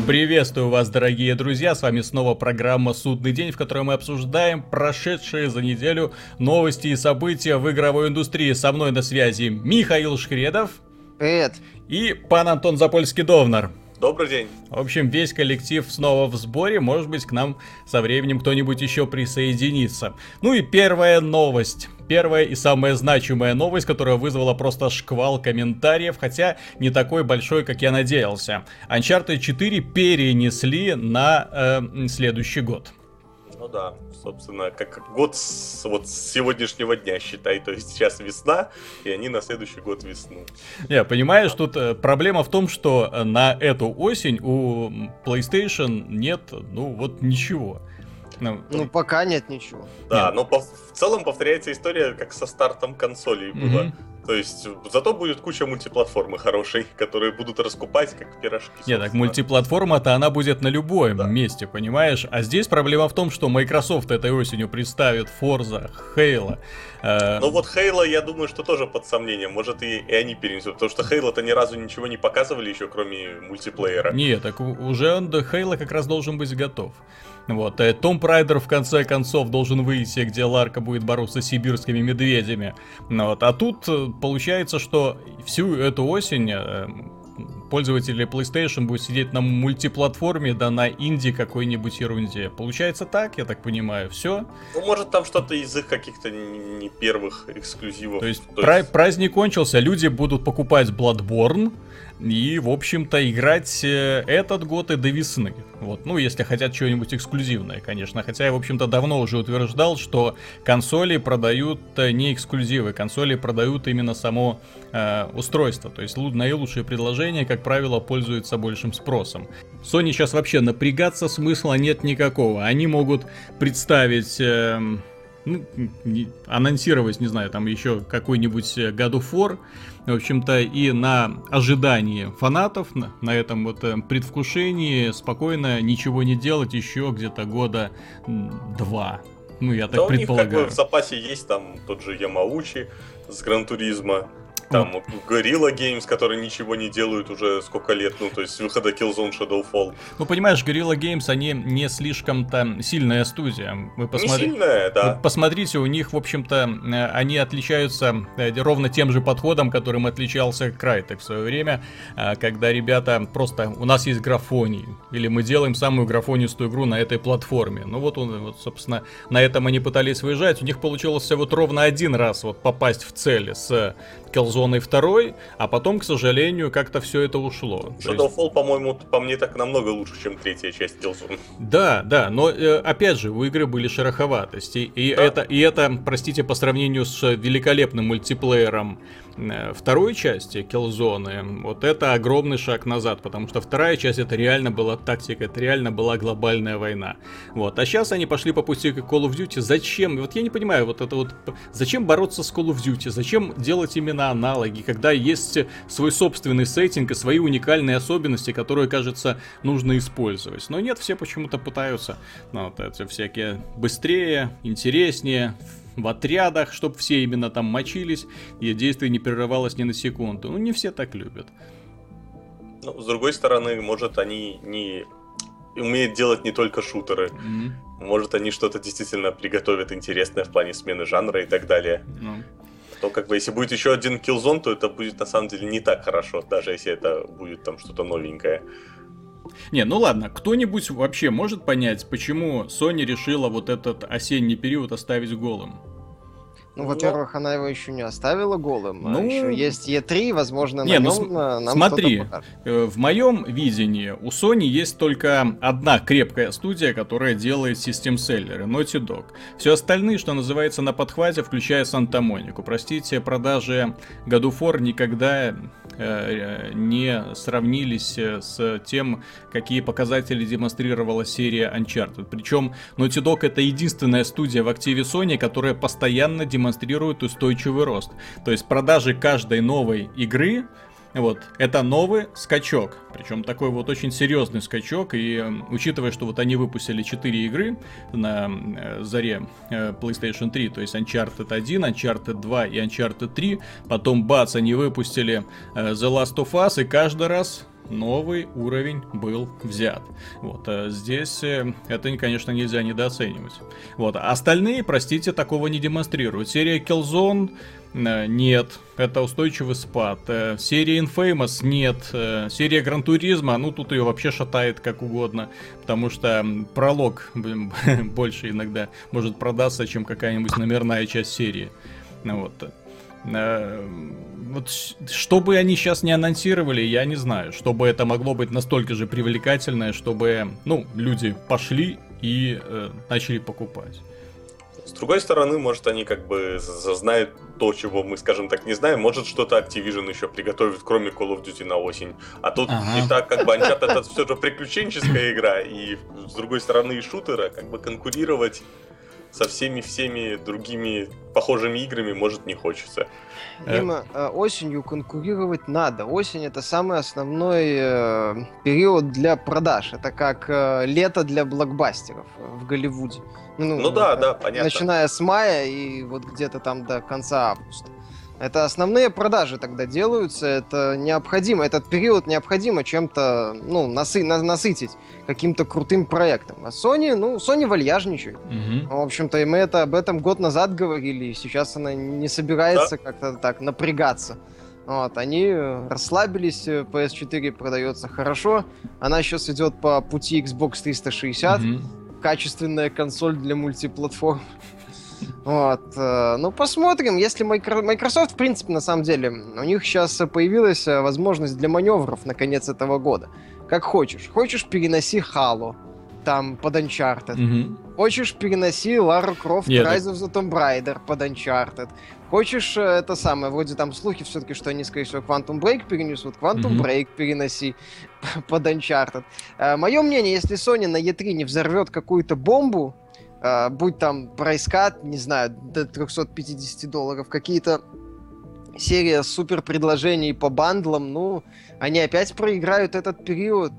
Приветствую вас, дорогие друзья, с вами снова программа «Судный день», в которой мы обсуждаем прошедшие за неделю новости и события в игровой индустрии. Со мной на связи Михаил Шкредов. Привет. И пан Антон Запольский-Довнар. Добрый день. В общем, весь коллектив снова в сборе, может быть, к нам со временем кто-нибудь еще присоединится. Ну и первая новость. Первая и самая значимая новость, которая вызвала просто шквал комментариев, хотя не такой большой, как я надеялся. Uncharted 4 перенесли на следующий год. Ну да, собственно, как год с сегодняшнего дня, считай. То есть сейчас весна, и они на следующий год весну. Не, понимаешь, тут проблема в том, что на эту осень у PlayStation нет, ничего. Пока нет ничего. Да, но в целом повторяется история, как со стартом консолей было. То есть, зато будет куча мультиплатформы хорошей, которые будут раскупать как пирожки. Нет, так мультиплатформа-то она будет на любом месте, понимаешь? А здесь проблема в том, что Microsoft этой осенью представит Forza, Halo. Ну вот Halo, я думаю, что тоже под сомнением. Может и они перенесут, потому что Halo-то ни разу ничего не показывали еще, кроме мультиплеера. Нет, так уже Halo как раз должен быть готов. Вот, Tomb Raider в конце концов должен выйти, где Ларка будет бороться с сибирскими медведями. Вот, а тут получается, что всю эту осень пользователи PlayStation будут сидеть на мультиплатформе, да на инди какой-нибудь ерунде. Получается так, я так понимаю, все. Ну, может, там что-то из их каких-то не первых эксклюзивов. То есть праздник кончился, люди будут покупать Bloodborne и, в общем-то, играть этот год и до весны. Вот, ну, если хотят что-нибудь эксклюзивное, конечно. Хотя я, в общем-то, давно уже утверждал, что консоли продают не эксклюзивы, консоли продают именно само устройство. То есть наилучшие предложения, как правило, пользуются большим спросом. Sony сейчас вообще напрягаться смысла нет никакого. Они могут представить... анонсировать, не знаю, там еще какой-нибудь God of War, в общем-то, и на ожидании фанатов, на этом вот предвкушении спокойно ничего не делать еще где-то года 2. Ну, я так предполагаю. У них как бы в запасе есть там тот же Ямаучи с Гран Туризма. Там Guerrilla Games, которые ничего не делают уже сколько лет, ну, то есть с выхода Killzone Shadowfall. Ну, понимаешь, Guerrilla Games, они не слишком-то сильная студия. Не сильная, да. Вы посмотрите, у них, в общем-то, они отличаются ровно тем же подходом, которым отличался Crytek в свое время, когда ребята просто, у нас есть графоний, или мы делаем самую графонистую игру на этой платформе. Ну, вот, собственно, на этом они пытались выезжать. У них получилось вот ровно один раз вот попасть в цель с Killzone 2, а потом, к сожалению, как-то все это ушло. Shadowfall, по-моему, по мне так намного лучше, чем третья часть Killzone. Да, но опять же, у игры были шероховатости, и это, простите, по сравнению с великолепным мультиплеером второй части Killzone, вот это огромный шаг назад, потому что вторая часть это реально была тактика, это реально была глобальная война. Вот, а сейчас они пошли по пути к Call of Duty. Зачем? Вот я не понимаю, вот это вот, зачем бороться с Call of Duty? Зачем делать именно аналоги, когда есть свой собственный сеттинг и свои уникальные особенности, которые, кажется, нужно использовать. Но нет, все почему-то пытаются, вот это всякие быстрее, интереснее, в отрядах, чтобы все именно там мочились, и действие не прерывалось ни на секунду. Ну, не все так любят. Ну, с другой стороны, может, они не умеют делать не только шутеры. Может, они что-то действительно приготовят интересное в плане смены жанра и так далее. То, как бы, если будет еще один Killzone, то это будет, на самом деле, не так хорошо, даже если это будет там что-то новенькое. Не, ну ладно, кто-нибудь вообще может понять, почему Sony решила вот этот осенний период оставить голым? Ну, во-первых, она его еще не оставила голым. Ну, еще есть E3, возможно, нам смотри, что-то покажет. В моем видении у Sony есть только одна крепкая студия, которая делает систем-селлеры, Naughty Dog. Все остальные, что называется, на подхвате, включая Санта-Монику. Простите, продажи God of War никогда не сравнились с тем, какие показатели демонстрировала серия Uncharted. Причем Naughty Dog это единственная студия в активе Sony, которая постоянно демонстрирует устойчивый рост. То есть продажи каждой новой игры, вот, это новый скачок. Причем такой вот очень серьезный скачок. И учитывая, что вот они выпустили 4 игры на заре PlayStation 3, то есть Uncharted 1, Uncharted 2 и Uncharted 3, потом бац, они выпустили The Last of Us, и каждый раз новый уровень был взят. Вот, здесь это, конечно, нельзя недооценивать. Вот, остальные, простите, такого не демонстрируют. Серия Killzone нет, это устойчивый спад. Серия Infamous нет. Серия Gran Turismo, ну тут ее вообще шатает как угодно, потому что пролог больше иногда может продаться, чем какая-нибудь номерная часть серии. Вот. Вот что бы они сейчас не анонсировали, я не знаю. Чтобы это могло быть настолько же привлекательное, чтобы, ну, люди пошли и начали покупать. С другой стороны, может, они как бы знают то, чего мы, скажем так, не знаем. Может, что-то Activision еще приготовит, кроме Call of Duty на осень. А тут и так, как бы, Uncharted это все же приключенческая игра, и с другой стороны и шутера, как бы конкурировать со всеми другими похожими играми, может, не хочется. Дима, осенью конкурировать надо. Осень — это самый основной период для продаж. Это как лето для блокбастеров в Голливуде. Ну да, понятно. Начиная с мая и вот где-то там до конца августа. Это основные продажи тогда делаются, это необходимо, этот период необходимо чем-то, ну, насытить каким-то крутым проектом. А Sony вальяжничает. В общем-то, и мы об этом год назад говорили, и сейчас она не собирается как-то так напрягаться. Вот, они расслабились, PS4 продается хорошо, она сейчас идет по пути Xbox 360, качественная консоль для мультиплатформ. Вот, ну посмотрим, если Microsoft, в принципе, на самом деле, у них сейчас появилась возможность для маневров на конец этого года. Как хочешь. Хочешь, переноси Halo, там, под Uncharted. Хочешь, переноси Лару Крофт, Rise of the Tomb Raider под Uncharted. Хочешь, это самое, вроде там слухи все-таки, что они, скорее всего, Quantum Break перенесут. Quantum Break переноси под Uncharted. Мое мнение, если Sony на E3 не взорвет какую-то бомбу, будь там прайскат, не знаю, до $350, какие-то серии супер предложений по бандлам, ну, они опять проиграют этот период,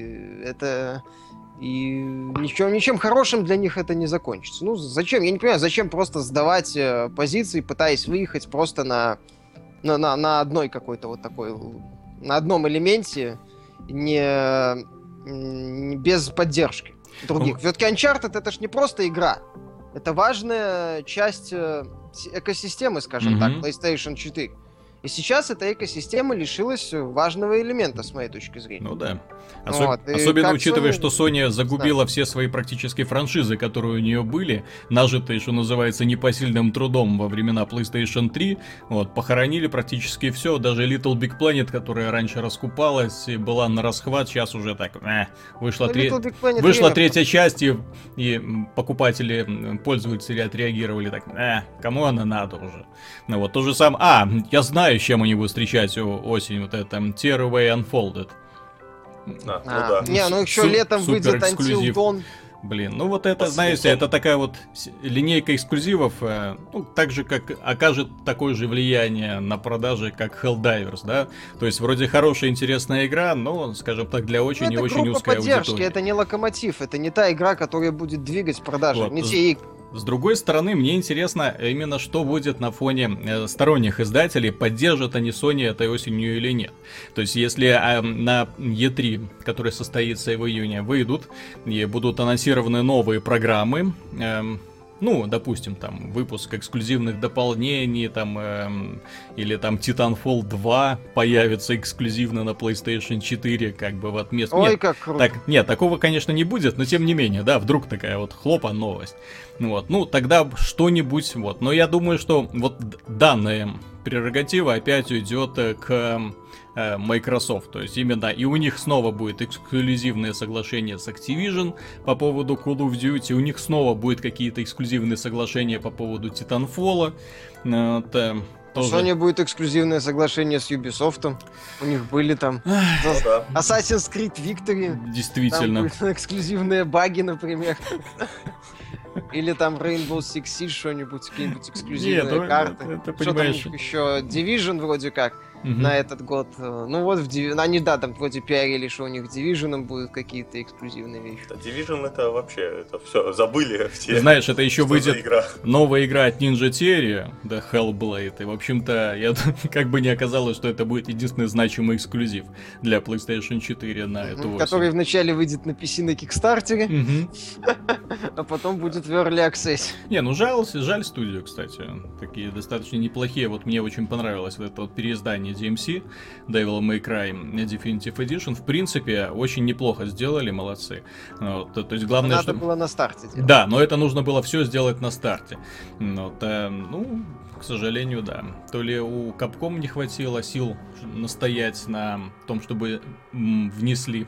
и ничем хорошим для них это не закончится. Ну, зачем? Я не понимаю, зачем просто сдавать позиции, пытаясь выехать просто на одной какой-то вот такой, на одном элементе, не без поддержки других. Все-таки Uncharted — это ж не просто игра. Это важная часть экосистемы, скажем так, PlayStation 4. И сейчас эта экосистема лишилась важного элемента, с моей точки зрения. Ну да. Особенно учитывая, что Sony загубила все свои практически франшизы, которые у нее были, нажитые, что называется, непосильным трудом во времена PlayStation 3. Вот, похоронили практически все. Даже Little Big Planet, которая раньше раскупалась и была на расхват, сейчас уже так, вышла третья часть, и покупатели, пользователи отреагировали так, кому она надо уже. Ну вот, то же самое. Я знаю, с чем они будут встречать осень, вот это Tearaway Unfolded. Ну еще летом выйдет Until Dawn. Блин, ну вот это, знаете, это такая вот линейка эксклюзивов, ну, так же, как окажет такое же влияние на продажи, как Helldivers, да? То есть, вроде хорошая, интересная игра, но, скажем так, для очень и очень узкой аудитории. Это не Локомотив, это не та игра, которая будет двигать продажи, вот. не те игры. С другой стороны, мне интересно именно, что будет на фоне сторонних издателей, поддержат они Sony этой осенью или нет. То есть, если на E3, который состоится в июне, выйдут и будут анонсированы новые программы, ну, допустим, там, выпуск эксклюзивных дополнений, там, или там Titanfall 2 появится эксклюзивно на PlayStation 4, как бы в отместку. Ой, как круто. Нет, такого, конечно, не будет, но тем не менее, да, вдруг такая вот хлопа новость. Вот, ну, тогда что-нибудь, вот. Но я думаю, что вот данная прерогатива опять уйдет к Microsoft, то есть именно и у них снова будет эксклюзивное соглашение с Activision по поводу Call of Duty, у них снова будет какие-то эксклюзивные соглашения по поводу Titanfall. У Sony будет эксклюзивное соглашение с Ubisoft. У них были там Assassin's Creed Victory. Действительно. Там эксклюзивные баги, например. Или там Rainbow Six Siege, что-нибудь, какие-нибудь эксклюзивные карты. Это, понимаешь... Что там еще? Division вроде как. на этот год. Ну вот, они, да, там вроде пиарили, что у них Division будут какие-то эксклюзивные вещи. Division это вообще, это все, забыли все. Знаешь, это еще выйдет новая игра от Ninja Theory, The Hellblade, и, в общем-то, я как бы не оказалось, что это будет единственный значимый эксклюзив для PlayStation 4 на эту осень. Который вначале выйдет на PC на Кикстартере, а потом будет в Early Access. Не, ну жаль студию, кстати. Такие достаточно неплохие. Вот мне очень понравилось вот это вот переиздание DMC, Devil May Cry Definitive Edition. В принципе, очень неплохо сделали, молодцы. Вот, то есть главное, надо было на старте делать. Да, но это нужно было все сделать на старте. Вот, ну, к сожалению, да. То ли у Capcom не хватило сил настоять на том, чтобы внесли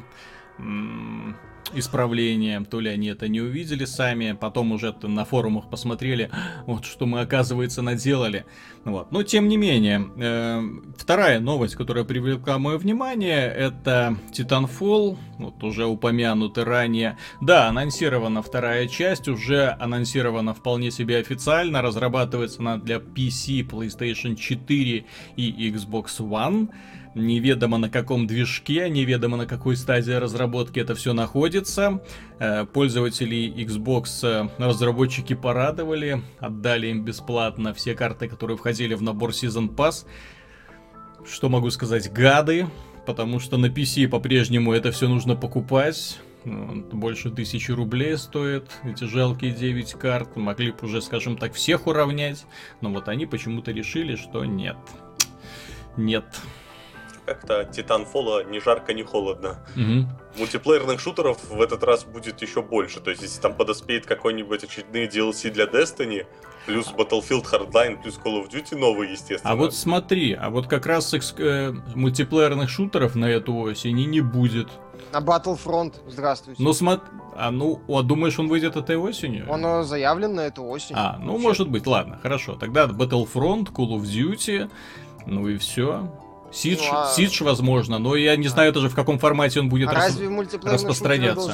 исправления, то ли они это не увидели сами, потом уже на форумах посмотрели, вот что мы, оказывается, наделали. Вот. Но, тем не менее, вторая новость, которая привлекла мое внимание, это Titanfall, вот уже упомянутый ранее. Да, анонсирована вторая часть, уже анонсирована вполне себе официально, разрабатывается она для PC, PlayStation 4 и Xbox One. Неведомо на каком движке, неведомо на какой стадии разработки это все находится. Пользователей Xbox разработчики порадовали, отдали им бесплатно все карты, которые входили в набор Season Pass. Что могу сказать, гады, потому что на PC по-прежнему это все нужно покупать. Больше 1000 рублей стоит эти жалкие 9 карт. Могли бы уже, скажем так, всех уравнять, но вот они почему-то решили, что нет. Нет. Как-то Titanfall ни жарко, ни холодно. Мультиплеерных шутеров в этот раз будет еще больше. То есть, если там подоспеет какой-нибудь очередные DLC для Destiny, плюс Battlefield Hardline, плюс Call of Duty новый, естественно. А вот смотри, а вот как раз мультиплеерных шутеров на эту осень и не будет. А Battlefront, здравствуйте. Ну смотри, думаешь, он выйдет этой осенью? Он заявлен на эту осень. Ну вообще. Может быть, ладно, хорошо. Тогда Battlefront, Call of Duty, ну и все. Siege, возможно, но я не знаю даже в каком формате он будет распространяться.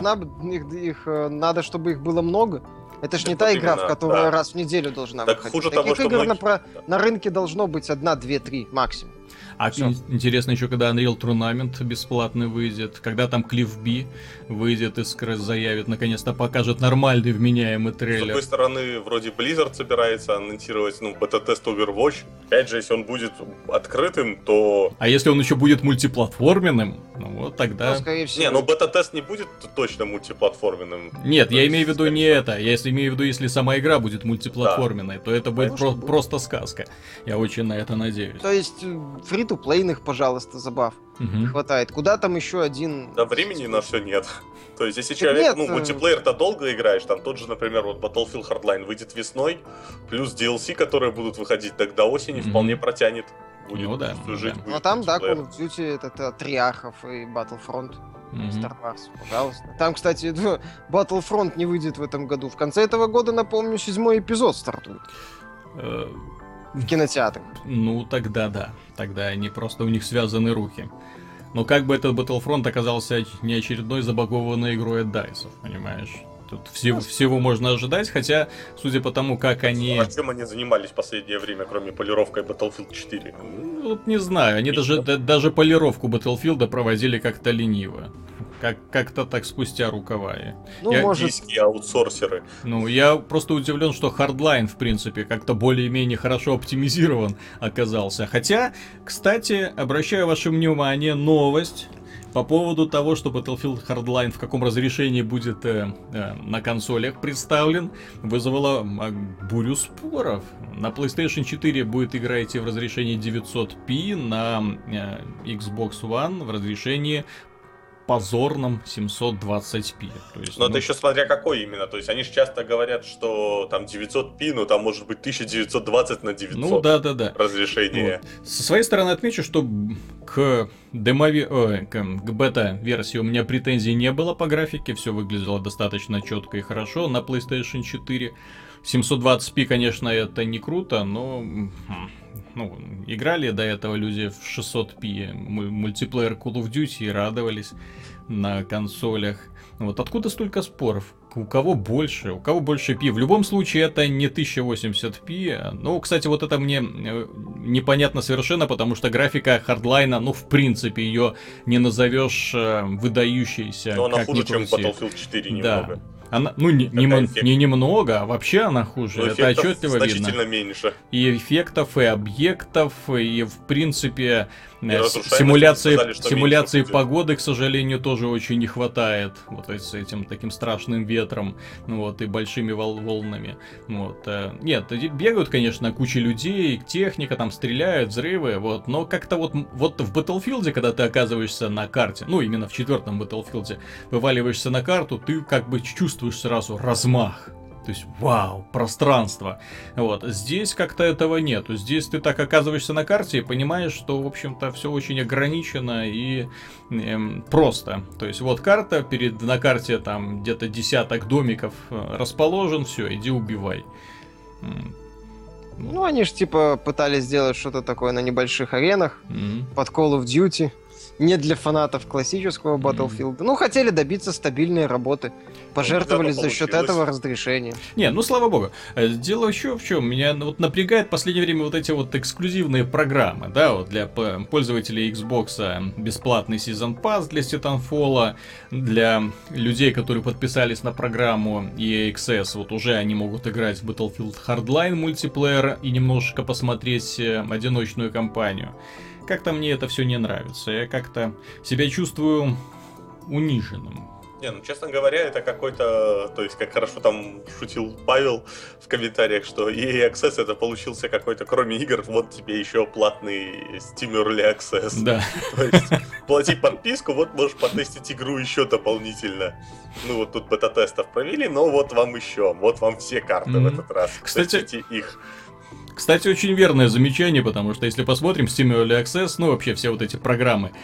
Надо, чтобы их было много. Это ж не та игра, в которую раз в неделю должна выходить. Хуже того, что игр на рынке должно быть 1, 2, 3 максимум. А интересно еще, когда Unreal Tournament бесплатный выйдет, когда там Cliff B выйдет и заявит, наконец-то покажет нормальный вменяемый трейлер. С другой стороны, вроде Blizzard собирается анонсировать, бета-тест Overwatch. Опять же, если он будет открытым, то... А если он еще будет мультиплатформенным, вот тогда... скорее всего... бета-тест не будет точно мультиплатформенным. Нет, я имею в виду не это. Я имею в виду, если сама игра будет мультиплатформенной, то это будет просто сказка. Я очень на это надеюсь. То есть фри-ту-плейных, пожалуйста, забав хватает. Куда там еще один... Да времени на все нет. То есть, если человек, мультиплеер-то долго играешь, там тот же, например, вот Battlefield Hardline выйдет весной, плюс DLC, которые будут выходить до осени, вполне протянет. Будет жить. Ну там, да, Call of Duty, это Триархов и Battlefront. Star Wars, пожалуйста. Там, кстати, Battlefront не выйдет в этом году. В конце этого года, напомню, 7-й эпизод стартует. В кинотеатрах. Ну, тогда да. Тогда они просто, у них связаны руки. Но как бы этот Battlefront оказался не очередной забагованной игрой от DICE, понимаешь? Тут всего можно ожидать, хотя, судя по тому, как они... А чем они занимались в последнее время, кроме полировкой Battlefield 4? Вот не знаю, они даже полировку Battlefield проводили как-то лениво. Как-то так спустя рукава. Индийские аутсорсеры. Я просто удивлен, что Hardline, в принципе, как-то более-менее хорошо оптимизирован оказался. Хотя, кстати, обращаю ваше внимание, новость по поводу того, что Battlefield Hardline в каком разрешении будет на консолях представлен, вызвала бурю споров. На PlayStation 4 будет игра идти в разрешении 900p, на Xbox One в разрешении позорном 720p. Но это еще смотря какой именно. То есть они же часто говорят, что там 900p, но там может быть 1920 на 900 разрешение. Вот. Со своей стороны отмечу, что к бета-версии у меня претензий не было по графике. Все выглядело достаточно четко и хорошо на PlayStation 4. 720p, конечно, это не круто, но... играли до этого люди в 600p мультиплеер Call of Duty и радовались на консолях. Вот откуда столько споров? У кого больше P? В любом случае это не 1080p. Кстати, вот это мне непонятно совершенно, потому что графика Хардлайна, ну, в принципе, ее не назовешь выдающейся. Но она хуже, чем Battlefield 4 немного. Она, ну, не немного, а вообще она хуже. Но это отчетливо значительно видно. меньше. И эффектов, и объектов, и, в принципе, сказали, симуляции погоды, к сожалению, тоже очень не хватает. Вот с этим таким страшным ветром, вот, и большими волнами. Вот. Нет, бегают, конечно, куча людей, техника, там стреляют, взрывы, вот, но как-то вот в Battlefield, когда ты оказываешься на карте, ну, именно в 4-м Battlefield, вываливаешься на карту, ты как бы чувствуешь сразу размах. То есть, вау, пространство. Вот. Здесь как-то этого нету. Здесь ты так оказываешься на карте и понимаешь, что, в общем-то, все очень ограничено и просто. То есть, вот карта, на карте там где-то десяток домиков расположен, все, иди убивай. Ну, они же, типа, пытались сделать что-то такое на небольших аренах, под Call of Duty. Не для фанатов классического Battlefield. Ну, хотели добиться стабильной работы. Пожертвовали за счет этого разрешения. Не, ну слава богу. Дело еще в чем. Меня вот напрягает в последнее время вот эти вот эксклюзивные программы, да, вот для пользователей Xbox бесплатный Season Pass для Titanfall, для людей, которые подписались на программу EA Access, вот уже они могут играть в Battlefield Hardline мультиплеер и немножечко посмотреть одиночную кампанию. Как-то мне это все не нравится. Я как-то себя чувствую униженным. Не, ну, честно говоря, это какой-то... То есть, как хорошо там шутил Павел в комментариях, что EA Access это получился какой-то, кроме игр, вот тебе еще платный Steam Early Access. Да. То есть, плати подписку, вот можешь потестить игру еще дополнительно. Ну, вот тут бета-тестов провели, но вот вам еще. Вот вам все карты в этот раз. Кстати, тестите их. Кстати, очень верное замечание, потому что если посмотрим Steam Early Access, ну вообще все вот эти программы,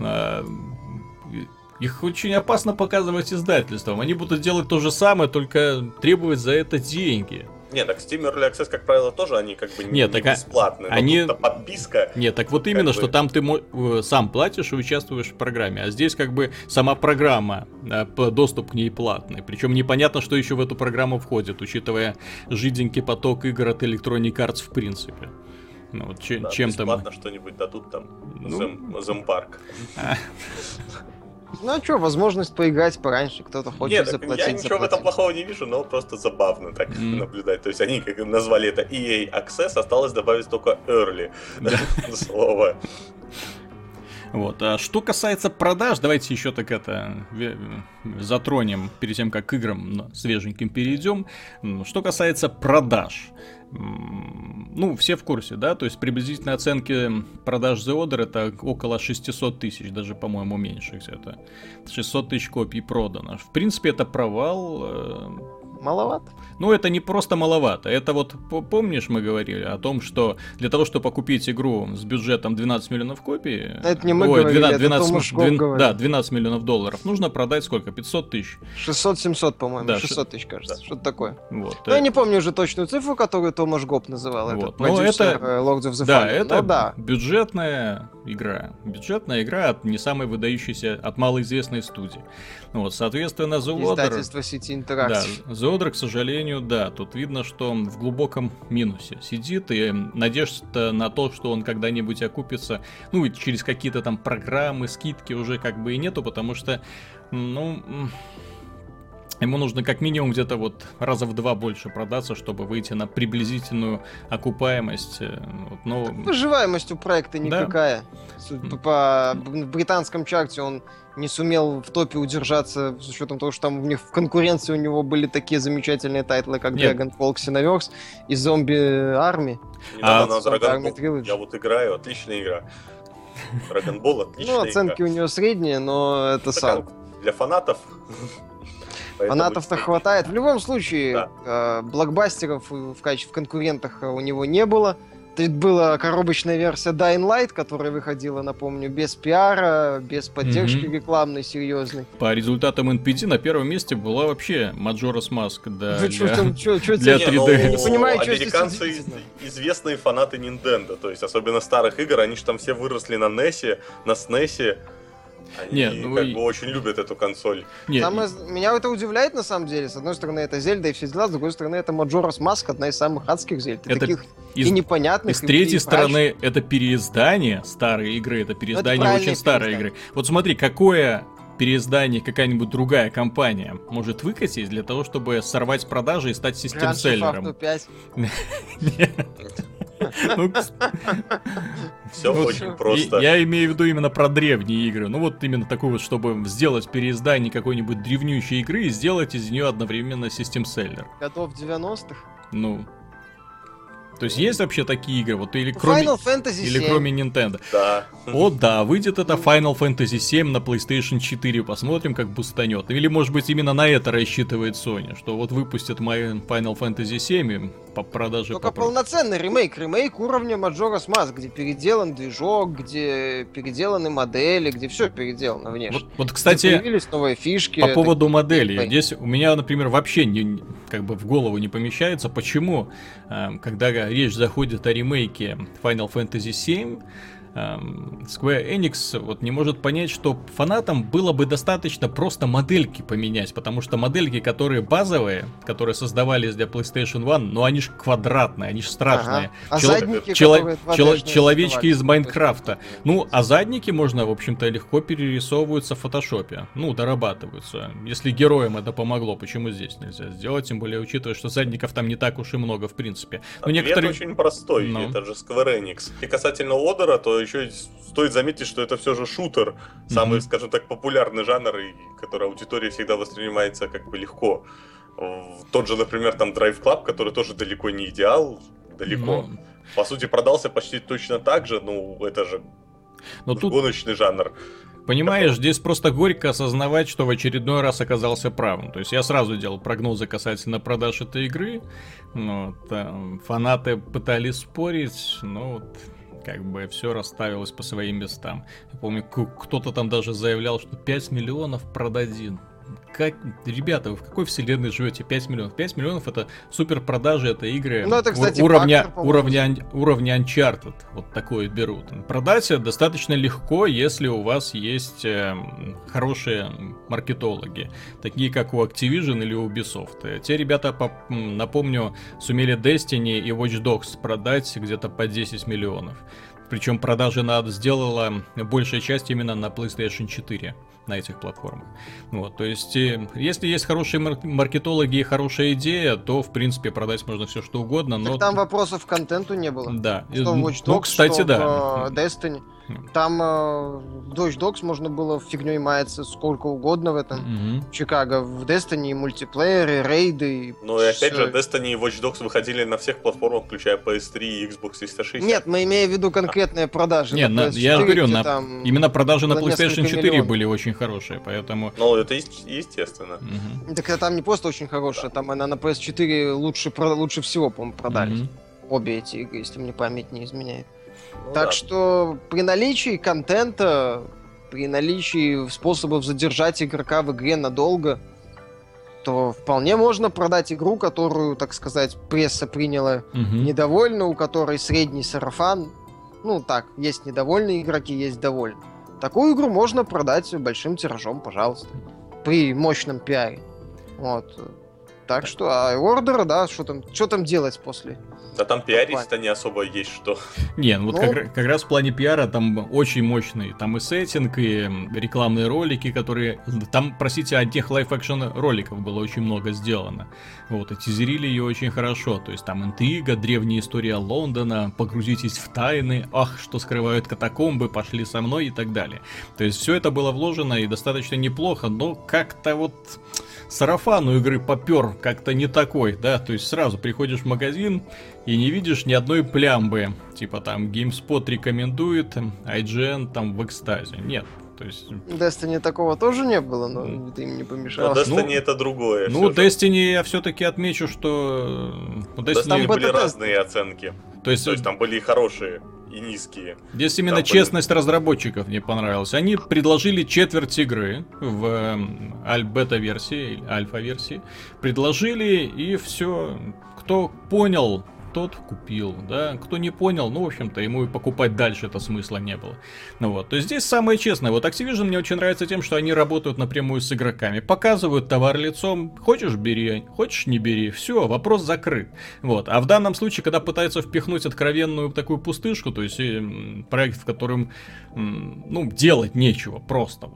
их очень опасно показывать издательствам. Они будут делать то же самое, только требовать за это деньги. Нет, так Steam Early Access, как правило, тоже они как бы не бесплатные. Они... Но подписка... Нет, так вот именно, что там ты сам платишь и участвуешь в программе. А здесь как бы сама программа, доступ к ней платный. Причем непонятно, что еще в эту программу входит, учитывая жиденький поток игр от Electronic Arts в принципе. Ну, вот да, чем-то... бесплатно что-нибудь дадут там, Земпарк. Ну а что, возможность поиграть пораньше, кто-то хочет заплатить. Я ничего в этом плохого не вижу, но просто забавно так наблюдать. То есть они как назвали это EA Access, осталось добавить только Early слово. Вот. А что касается продаж, давайте еще так это затронем перед тем, как к играм свеженьким перейдем. Что касается продаж. Ну, все в курсе, да, то есть приблизительные оценки продаж The Order это около 600 тысяч, даже, по-моему, меньше где-то. 600 тысяч копий продано. В принципе, это провал. Маловато? Ну, это не просто маловато. Это вот, помнишь, мы говорили о том, что для того, чтобы купить игру с бюджетом 12 миллионов копий... Это не мы говорили, 12 миллионов долларов. Нужно продать сколько? 500 тысяч? 600-700, по-моему. Да, 600 тысяч, кажется. Да. Что-то такое. Вот. Ну, я не помню уже точную цифру, которую Томаш Гоп называл. Вот. Этот продюсер Lords of the Fallen. Да, это бюджетная игра. Бюджетная игра от не самой выдающейся, от малоизвестной студии. Вот, соответственно, The Order... Издательство сети Interactive. Да, The Order, к сожалению, да, тут видно, что он в глубоком минусе сидит, и надежда на то, что он когда-нибудь окупится, ну, и через какие-то там программы, скидки уже как бы и нету, потому что, ну... Ему нужно как минимум где-то вот раза в 2 больше продаться, чтобы выйти на приблизительную окупаемость. Вот, но... Выживаемость у проекта никакая. Да. По британском чарте он не сумел в топе удержаться, с учетом того, что там у них в конкуренции у него были такие замечательные тайтлы, как Dragonfall Xenoverse и Zombie Army. Я вот играю, отличная игра. Dragon Ball отличная игра. Ну, оценки у него средние, но это сам. Для фанатов... Фанатов-то хватает. В любом случае, да. Блокбастеров в конкурентах у него не было. Тут была коробочная версия Dying Light, которая выходила, напомню, без пиара, без поддержки рекламной, серьезной. По результатам NPD на первом месте была вообще Majora's Mask для 3D. Я не понимаю, что американцы известные фанаты Nintendo, то есть особенно старых игр, они же там все выросли на NES, на SNES. Они очень любят эту консоль. Меня это удивляет, на самом деле. С одной стороны, это Зельда и все дела, с другой стороны, это Majora's Mask, одна из самых адских Зельд. Таких и непонятных. С третьей стороны, это переиздание старой игры, это переиздание очень старой игры. Вот смотри, какое переиздание какая-нибудь другая компания может выкатить для того, чтобы сорвать продажи и стать систем-селлером. Все очень просто. Я имею в виду именно про древние игры. Ну вот именно такой вот, чтобы сделать переиздание какой-нибудь древнющей игры и сделать из нее одновременно систем-селлер. Годов 90-х? Ну. То есть есть вообще такие игры, вот или кроме Nintendo? Да. О, да, выйдет это Final Fantasy 7 на PlayStation 4, посмотрим, как бустанет. Или, может быть, именно на это рассчитывает Sony, что вот выпустят Final Fantasy 7 по продаже. Только полноценный ремейк уровня Majora's Mask, где переделан движок, где переделаны модели, где все переделано внешне. Вот, кстати, появились новые фишки. По поводу моделей. Здесь у меня, например, вообще как бы в голову не помещается, почему, когда речь заходит о ремейке Final Fantasy 7, Square Enix вот не может понять, что фанатам было бы достаточно просто модельки поменять, потому что модельки, которые базовые, которые создавались для PlayStation 1, ну они ж квадратные, они ж страшные. Человечки из Майнкрафта. Ну, а задники можно, в общем-то, легко перерисовываются в фотошопе. Ну, дорабатываются. Если героям это помогло, почему здесь нельзя сделать? Тем более, учитывая, что задников там не так уж и много, в принципе. Но некоторые... очень простой, это же Square Enix. И касательно Одера, то еще стоит заметить, что это все же шутер, самый, скажем так, популярный жанр, и который аудитория всегда воспринимается как бы легко. Тот же, например, там Drive Club, который тоже далеко не идеал, далеко. По сути, продался почти точно так же, ну, это же гоночный жанр. Понимаешь, здесь просто горько осознавать, что в очередной раз оказался правым. То есть я сразу делал прогнозы касательно продаж этой игры. Фанаты пытались спорить, но вот как бы все расставилось по своим местам. Я помню, кто-то там даже заявлял, что 5 миллионов продадим. Как, ребята, вы в какой вселенной живете? 5 миллионов. 5 миллионов это супер продажи, это игры это, кстати, уровня Uncharted. Вот такое берут. Продать достаточно легко, если у вас есть хорошие маркетологи, такие как у Activision или у Ubisoft. Те ребята, напомню, сумели Destiny и Watch Dogs продать где-то по 10 миллионов. Причем продажи сделала большая часть именно на PlayStation 4, на этих платформах. Вот, то есть, если есть хорошие маркетологи и хорошая идея, то, в принципе, продать можно все что угодно. Но... Так там вопросов к контенту не было. Да. Что в Watch Dogs, кстати, что да. в Destiny. Там Watch Dogs можно было фигней маяться сколько угодно в этом. В Чикаго, в Destiny мультиплееры, рейды. Ну и опять же, Destiny и Watch Dogs выходили на всех платформах, включая PS3 и Xbox 360. Нет, мы имеем в виду конкретные продажи. Нет, на PS4, я говорю, именно продажи на PlayStation 4 были очень хорошие, поэтому... Ну, это естественно. Так там не просто очень хорошие, там она на PS4 лучше всего, по-моему, продались. Обе эти игры, если мне память не изменяет. Ну, так что при наличии контента, при наличии способов задержать игрока в игре надолго, то вполне можно продать игру, которую, так сказать, пресса приняла недовольно, у которой средний сарафан. Ну так, есть недовольные игроки, есть довольные. Такую игру можно продать большим тиражом, пожалуйста, при мощном пиаре. Вот. Так что, Order, да, что там делать после? Да там пиарить-то не особо есть что. Не, вот как раз в плане пиара там очень мощный. Там и сеттинг, и рекламные ролики, которые... Там, простите, одних лайф-экшн роликов было очень много сделано. Вот, и тизерили ее очень хорошо. То есть там интрига, древняя история Лондона, погрузитесь в тайны, ах, что скрывают катакомбы, пошли со мной и так далее. То есть все это было вложено и достаточно неплохо, но как-то вот... Сарафан у игры попер как-то не такой, да, то есть сразу приходишь в магазин и не видишь ни одной плямбы, типа там GameSpot рекомендует, IGN там в экстазе, нет. То есть... Destiny такого тоже не было, но это им не помешало. Но Destiny это другое. Ну, Destiny я все-таки отмечу, что... Destiny были разные оценки. То есть там были и хорошие, и низкие. Здесь именно честность разработчиков мне понравилась. Они предложили четверть игры в бета-версии, альфа-версии. Предложили, и все. Кто понял, тот купил, да. Кто не понял, ну, в общем-то, ему и покупать дальше это смысла не было. Ну вот, то есть здесь самое честное. Вот Activision мне очень нравится тем, что они работают напрямую с игроками. Показывают товар лицом, хочешь бери, хочешь не бери, все, вопрос закрыт. Вот, а в данном случае, когда пытаются впихнуть откровенную такую пустышку, то есть проект, в котором, ну, делать нечего, просто.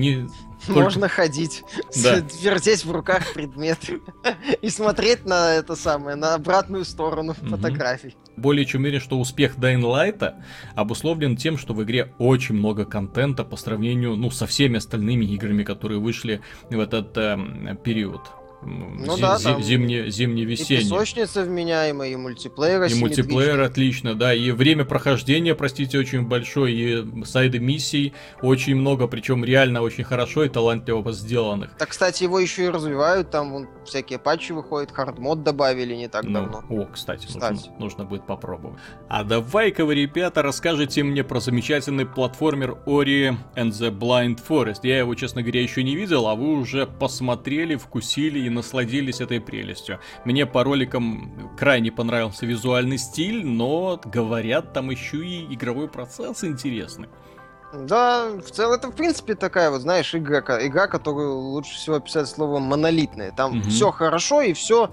Можно ходить, да. вертеть в руках предметы и смотреть на это самое, на обратную сторону фотографий. Более чем уверен, что успех Dying Light обусловлен тем, что в игре очень много контента по сравнению, ну, со всеми остальными играми, которые вышли в этот период. Ну да, зимне-весенний. И песочница вменяемая, и мультиплеер и мультиплеер отлично, да, и время прохождения, простите, очень большое, и сайды миссий очень много, причем реально очень хорошо и талантливо сделанных. Так, кстати, его еще и развивают, там вон, всякие патчи выходят, хардмод добавили не так давно. О, кстати. Нужно будет попробовать. А давай-ка вы, ребята, расскажите мне про замечательный платформер Ori and the Blind Forest. Я его, честно говоря, еще не видел, а вы уже посмотрели, вкусили и насладились этой прелестью. Мне по роликам крайне понравился визуальный стиль, но, говорят, там еще и игровой процесс интересный. Да, в целом это, в принципе, такая вот, знаешь, игра, которую лучше всего описать словом монолитная. Там все хорошо и все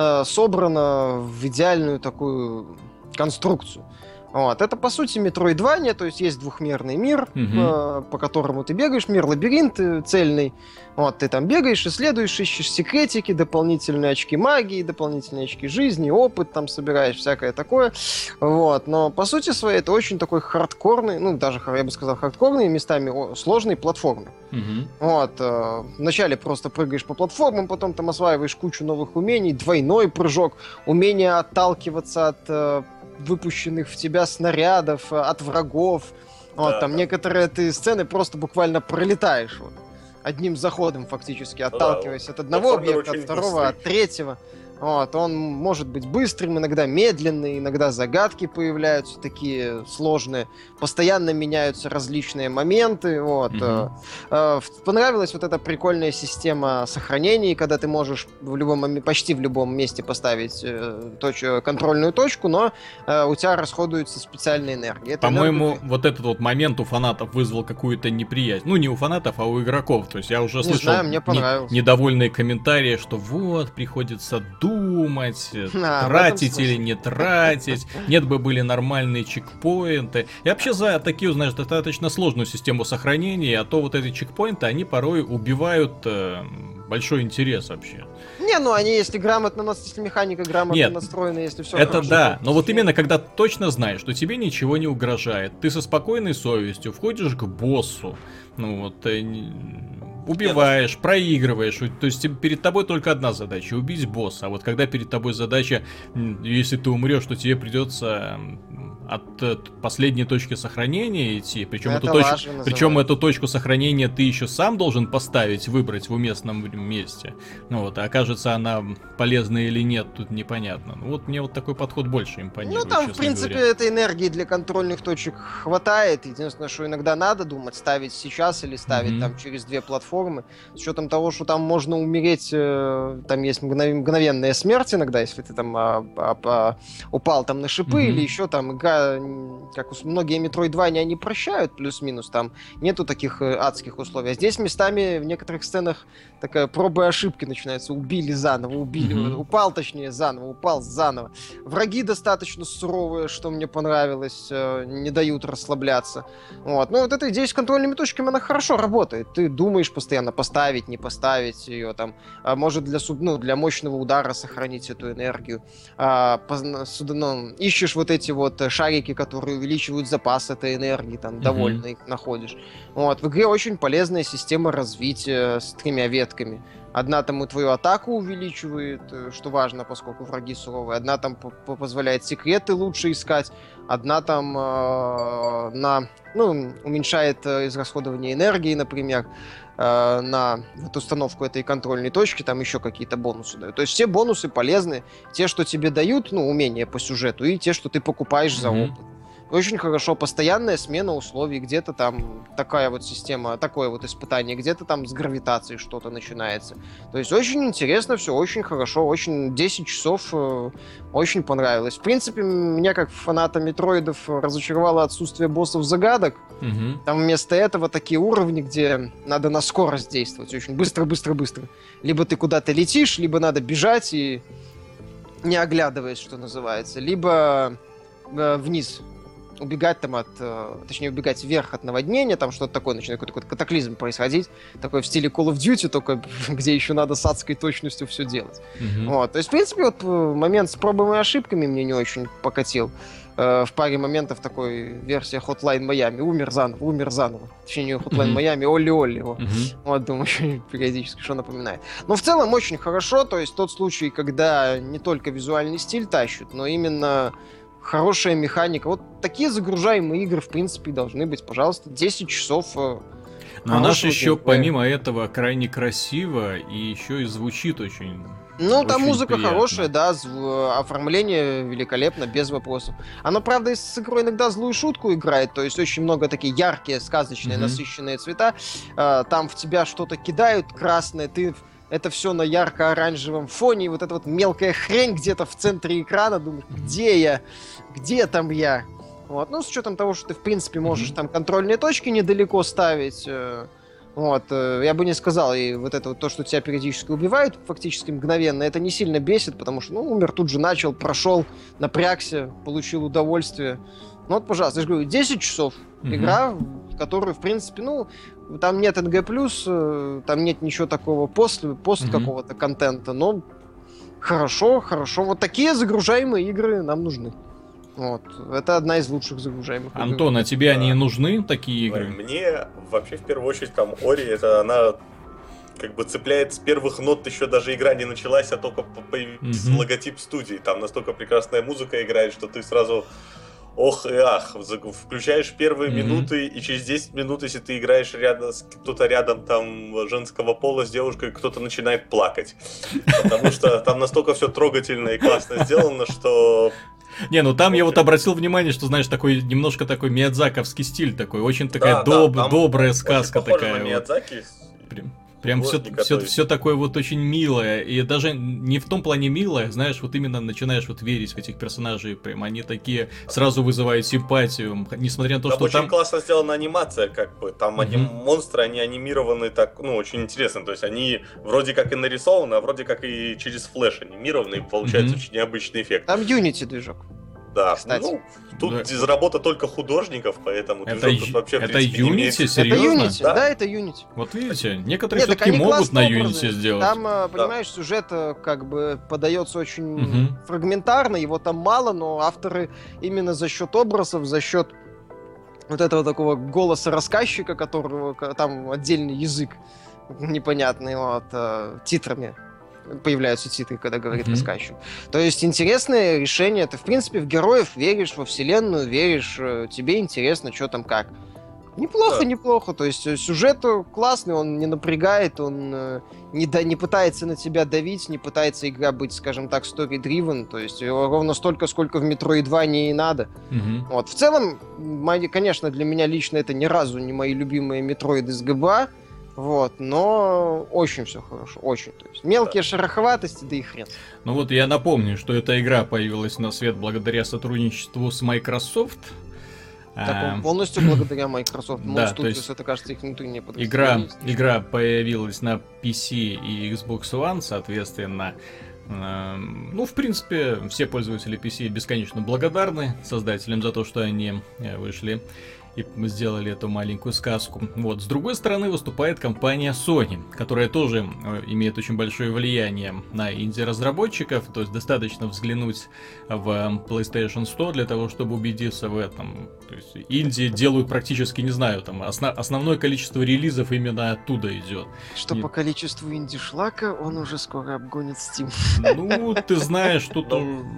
собрано в идеальную такую конструкцию. Вот. Это, по сути, Metroidvania, то есть есть двухмерный мир, по которому ты бегаешь, мир-лабиринт цельный. Вот, ты там бегаешь, исследуешь, ищешь секретики, дополнительные очки магии, дополнительные очки жизни, опыт там собираешь, всякое такое. Вот. Но, по сути своей, это очень такой хардкорный, ну, даже, я бы сказал, хардкорный, местами сложный платформер. Вот. Вначале просто прыгаешь по платформам, потом там осваиваешь кучу новых умений, двойной прыжок, умение отталкиваться от выпущенных в тебя снарядов, от врагов. Вот, там некоторые ты сцены просто буквально пролетаешь вот, одним заходом фактически, отталкиваясь от одного объекта, от второго, от третьего. Вот, он может быть быстрым, иногда медленный, иногда загадки появляются такие сложные, постоянно меняются различные моменты. Вот. Понравилась вот эта прикольная система сохранений, когда ты можешь почти в любом месте поставить контрольную точку, но у тебя расходуется специальная энергия. По-моему, вот этот вот момент у фанатов вызвал какую-то неприязнь. Ну, не у фанатов, а у игроков. То есть я уже слышал недовольные комментарии, что вот, приходится думать, тратить или не тратить, нет бы были нормальные чекпоинты. Я вообще за такие, знаешь, достаточно сложную систему сохранения, а то вот эти чекпоинты, они порой убивают большой интерес вообще. Не, ну они, если если механика грамотно настроена, если все это хорошо, да, но вот именно когда точно знаешь, что тебе ничего не угрожает, ты со спокойной совестью входишь к боссу, ну вот, убиваешь, проигрываешь, то есть перед тобой только одна задача — убить босса, а вот когда перед тобой задача, если ты умрешь, то тебе придется от последней точки сохранения идти, причем эту точку сохранения ты еще сам должен поставить, выбрать в уместном месте. Ну вот, а окажется она полезна или нет, тут непонятно. Ну вот мне вот такой подход больше импонирует. Ну там, в принципе, этой энергии для контрольных точек хватает. Единственное, что иногда надо думать, ставить сейчас или ставить там через 2 платформы. С учетом того, что там можно умереть, там есть мгновенная смерть иногда, если ты там упал там на шипы или еще там игра, как многие Metroidvania, они прощают плюс-минус, там нету таких адских условий. А здесь местами в некоторых сценах такая проба и ошибки начинается. Убили заново, упал точнее заново, упал заново. Враги достаточно суровые, что мне понравилось, не дают расслабляться. Вот. Ну вот эта идея с контрольными точками, она хорошо работает. Ты думаешь постоянно, поставить, не поставить ее, там, может для мощного удара сохранить эту энергию. Ищешь вот эти вот шарики, которые увеличивают запас этой энергии, там, довольно их находишь. Вот. В игре очень полезная система развития с 3 ветками. Одна там и твою атаку увеличивает, что важно, поскольку враги суровые. Одна там позволяет секреты лучше искать. Одна там уменьшает израсходование энергии, например, на вот установку этой контрольной точки, там еще какие-то бонусы дают. То есть все бонусы полезны. Те, что тебе дают, умения по сюжету, и те, что ты покупаешь за опыт. Очень хорошо, постоянная смена условий, где-то там такая вот система, такое вот испытание, где-то там с гравитацией что-то начинается. То есть очень интересно все, очень хорошо, очень 10 часов очень понравилось. В принципе, меня как фаната метроидов разочаровало отсутствие боссов-загадок. Там вместо этого такие уровни, где надо на скорость действовать, очень быстро-быстро-быстро. Либо ты куда-то летишь, либо надо бежать и не оглядываясь, что называется, либо вниз убегать там точнее, убегать вверх от наводнения, там что-то такое, начинает какой-то катаклизм происходить, такой в стиле Call of Duty, только где еще надо с адской точностью все делать. Вот. То есть, в принципе, вот момент с пробами и ошибками мне не очень покатил. В паре моментов такой версия Hotline Miami. Умер заново. Точнее, не Hotline Miami, Олли-Олли. Вот, думаю, еще периодически что напоминает. Но в целом очень хорошо, то есть тот случай, когда не только визуальный стиль тащит, но именно хорошая механика. Вот такие загружаемые игры, в принципе, должны быть, пожалуйста, 10 часов. Но она же еще, помимо этого, крайне красиво и еще и звучит очень. Ну, там очень музыка приятно. хорошая, да, оформление великолепно, без вопросов. Оно, правда, с игрой иногда злую шутку играет, то есть очень много такие яркие, сказочные, насыщенные цвета. Там в тебя что-то кидают красное, ты это все на ярко-оранжевом фоне, и вот эта вот мелкая хрень где-то в центре экрана, думаешь, где я? Где там я? Вот. Ну, с учетом того, что ты, в принципе, можешь там контрольные точки недалеко ставить, вот, я бы не сказал, и вот это вот то, что тебя периодически убивают, фактически мгновенно, это не сильно бесит, потому что, ну, умер, тут же начал, прошел, напрягся, получил удовольствие. Ну вот, пожалуйста, я же говорю, 10 часов. Игра, в которую, в принципе, ну, там нет НГ+, там нет ничего такого пост какого-то контента, но хорошо. Вот такие загружаемые игры нам нужны. Вот. Это одна из лучших загружаемых игр. Антон, а тебе они нужны, такие игры? Мне вообще, в первую очередь, там, Ори, это она как бы цепляет с первых нот, еще даже игра не началась, а только появился логотип студии. Там настолько прекрасная музыка играет, что ты сразу... Ох и ах, включаешь первые минуты, и через 10 минут, если ты играешь кто-то рядом там женского пола с девушкой, кто-то начинает плакать. Потому что там настолько все трогательно и классно сделано, что... Не, ну там я вот обратил внимание, что, знаешь, такой немножко такой миядзаковский стиль такой, очень такая добрая сказка такая. Миядзаки. Прям все такое вот очень милое. И даже не в том плане милое, знаешь, вот именно начинаешь вот верить в этих персонажей. Прям они такие сразу вызывают симпатию. Несмотря на то, что очень там... классно сделана анимация, как бы. Там монстры, они анимированы так, ну, очень интересно. То есть они вроде как и нарисованы, а вроде как и через флеш анимированы. И получается очень необычный эффект. Там Unity движок. Да, кстати. Ну, тут работа только художников, поэтому движок тут вообще, в принципе, Unity? Не Серьезно? Это Unity, да, это Unity. Вот видите, некоторые все-таки могут на Unity сделать. Там, понимаешь, сюжет как бы подается очень фрагментарно, его там мало, но авторы именно за счет образов, за счет вот этого такого голоса рассказчика, которого там отдельный язык непонятный, вот, титрами. Появляются титры, когда говорит рассказчик. То есть интересное решение. Ты, в принципе, в героев веришь, во вселенную веришь, тебе интересно, что там как. Неплохо. То есть сюжет классный, он не напрягает, он не пытается на тебя давить, не пытается игра быть, скажем так, story-driven. То есть ровно столько, сколько в Metroidvania и надо. Вот. В целом, конечно, для меня лично это ни разу не мои любимые Metroid из ГБА. Вот, но очень все хорошо, очень. То есть мелкие шероховатости, да и хрен. Ну вот я напомню, что эта игра появилась на свет благодаря сотрудничеству с Microsoft. Так, полностью благодаря Microsoft. Да, то есть это, кажется, их внутреннее подразделение. Игра появилась на PC и Xbox One, соответственно. Ну, в принципе, все пользователи PC бесконечно благодарны создателям за то, что они вышли и сделали эту маленькую сказку. Вот. С другой стороны выступает компания Sony, которая тоже имеет очень большое влияние на инди-разработчиков, то есть достаточно взглянуть в PlayStation Store для того, чтобы убедиться в этом. То есть инди делают практически, не знаю, там основное количество релизов именно оттуда идет. Что по количеству инди-шлака, он уже скоро обгонит Steam. Ну, ты знаешь, тут...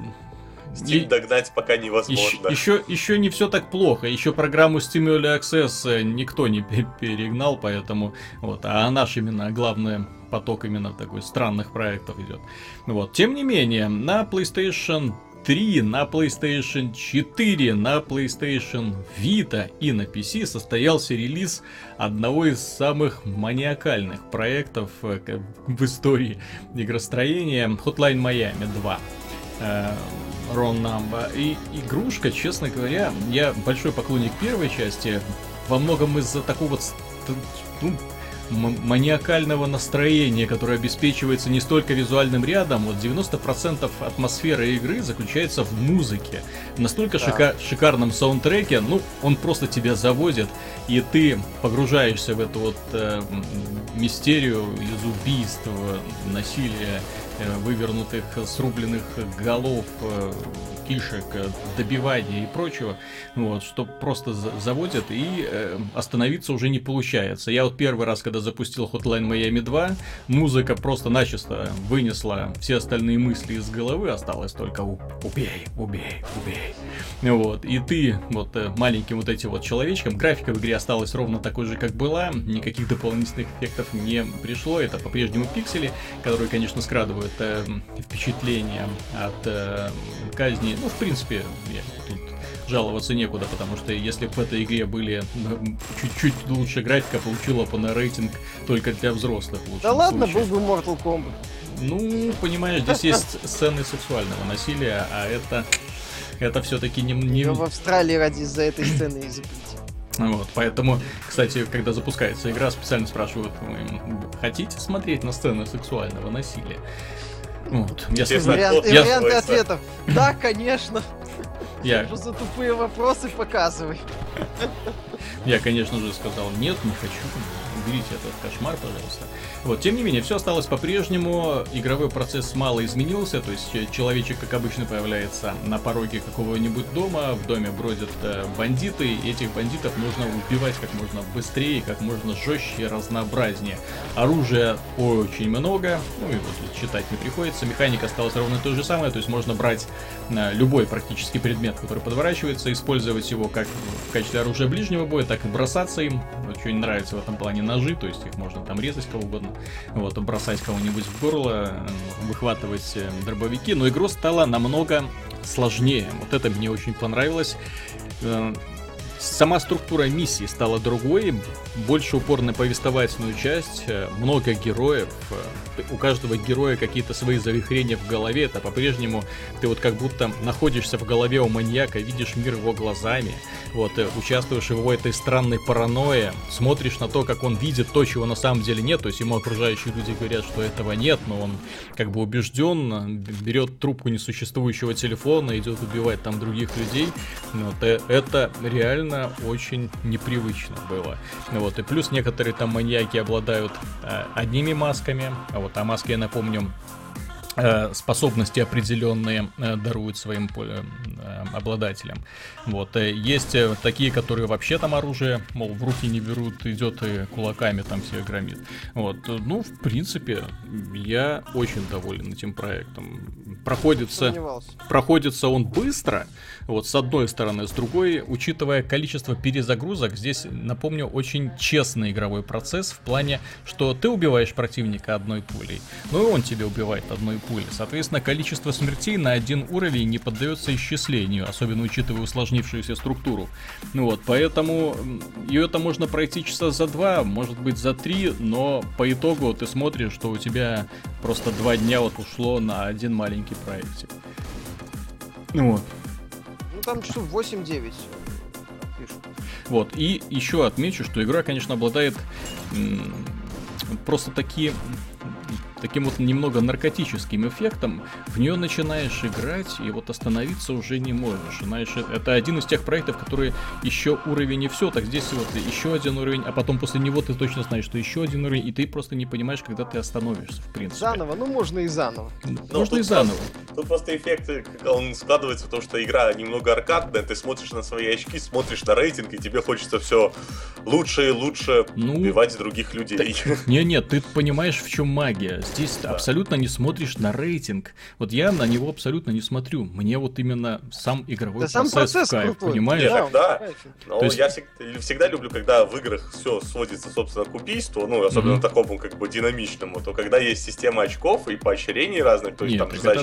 Steam догнать пока невозможно. Еще не все так плохо. Еще программу Steam Early Access никто не перегнал, поэтому вот. А наш именно главный поток именно такой странных проектов идет. Вот. Тем не менее, на PlayStation 3 на PlayStation 4, на PlayStation Vita и на PC состоялся релиз одного из самых маниакальных проектов в истории игростроения — Hotline Miami 2. Wrong Number. И игрушка, честно говоря, я большой поклонник первой части, во многом из-за такого маниакального настроения, которое обеспечивается не столько визуальным рядом, вот 90% атмосферы игры заключается в музыке. В настолько шикарном саундтреке, он просто тебя заводит, и ты погружаешься в эту вот мистерию из убийств, насилия, вывернутых, срубленных голов, кишек, добивания и прочего, вот, что просто заводит, и остановиться уже не получается. Я вот первый раз, когда запустил Hotline Miami 2, музыка просто начисто вынесла все остальные мысли из головы, осталось только убей. Вот, и ты вот маленьким вот этим вот человечком, графика в игре осталась ровно такой же, как была, никаких дополнительных эффектов не пришло, это по-прежнему пиксели, которые, конечно, скрадывают впечатление от казни. В принципе, тут жаловаться некуда, потому что если бы в этой игре были чуть-чуть лучше графика, получила бы на рейтинг только для взрослых. Да ладно, был бы Mortal Kombat. Понимаешь, здесь есть сцены сексуального насилия, а это все-таки не... в Австралии из-за этой сцены и запретили. Вот, поэтому, кстати, когда запускается игра, специально спрашивают: хотите смотреть на сцены сексуального насилия? Вот. Варианты ответов. Да, конечно. Что за тупые вопросы показывай. Я, конечно же, сказал: нет, не хочу. Уберите этот кошмар, пожалуйста. Вот, тем не менее, все осталось по-прежнему. Игровой процесс мало изменился. То есть человечек, как обычно, появляется на пороге какого-нибудь дома. В доме бродят бандиты. И этих бандитов нужно убивать как можно быстрее, как можно жестче и разнообразнее. Оружия очень много. И вот читать не приходится. Механика осталась ровно той же самой. То есть можно брать любой практически предмет, который подворачивается, использовать его как в качестве оружия ближнего боя, так и бросаться им. Вот, что не нравится в этом плане — ножи, то есть их можно там резать кого угодно, вот, бросать кого-нибудь в горло, выхватывать дробовики, но игру стало намного сложнее. Вот это мне очень понравилось. Сама структура миссии стала другой, больше упор на повествовательную часть, много героев, у каждого героя какие-то свои завихрения в голове, это по-прежнему ты вот как будто находишься в голове у маньяка, видишь мир его глазами, вот, участвуешь в его этой странной паранойе, смотришь на то, как он видит то, чего на самом деле нет, то есть ему окружающие люди говорят, что этого нет, но он как бы убежден, берет трубку несуществующего телефона, идет убивать там других людей, вот, это реально очень непривычно было. Вот, и плюс некоторые там маньяки обладают одними масками, а маски, я напомню, способности определенные даруют своим обладателям. Вот. Есть такие, которые вообще там оружие, мол, в руки не берут, идет и кулаками там всех громит. Вот. В принципе, я очень доволен этим проектом. Проходится он быстро, вот, с одной стороны, с другой, учитывая количество перезагрузок, здесь, напомню, очень честный игровой процесс в плане, что ты убиваешь противника одной пулей, но и он тебя убивает одной пулей. Соответственно, количество смертей на один уровень не поддается исчислению, особенно учитывая усложнившуюся структуру. Вот, поэтому ее это можно пройти часа за 2, может быть за 3, но по итогу ты смотришь, что у тебя просто 2 дня вот ушло на один маленький проектик. Вот. Там часов 8-9 пишут. Вот, и еще отмечу, что игра, конечно, обладает просто таким вот немного наркотическим эффектом. В нее начинаешь играть, и вот остановиться уже не можешь. Знаешь, это один из тех проектов, которые еще уровень и все. Так здесь вот еще один уровень, а потом после него ты точно знаешь, что еще один уровень, и ты просто не понимаешь, когда ты остановишься, в принципе. Заново, можно и заново. Можно и заново. Тут просто эффект, как он складывается в том, что игра немного аркадная, ты смотришь на свои очки, смотришь на рейтинг, и тебе хочется все лучше и лучше убивать других людей. Нет, ты понимаешь, в чем магия. Здесь ты абсолютно не смотришь на рейтинг. Вот я на него абсолютно не смотрю. Мне вот именно сам игровой процесс в кайф, понимаешь? Да. Но я всегда люблю, когда в играх все сводится, собственно, к убийству, особенно такому как бы динамичному, то когда есть система очков и поощрений разных, то есть там же задачки выдаются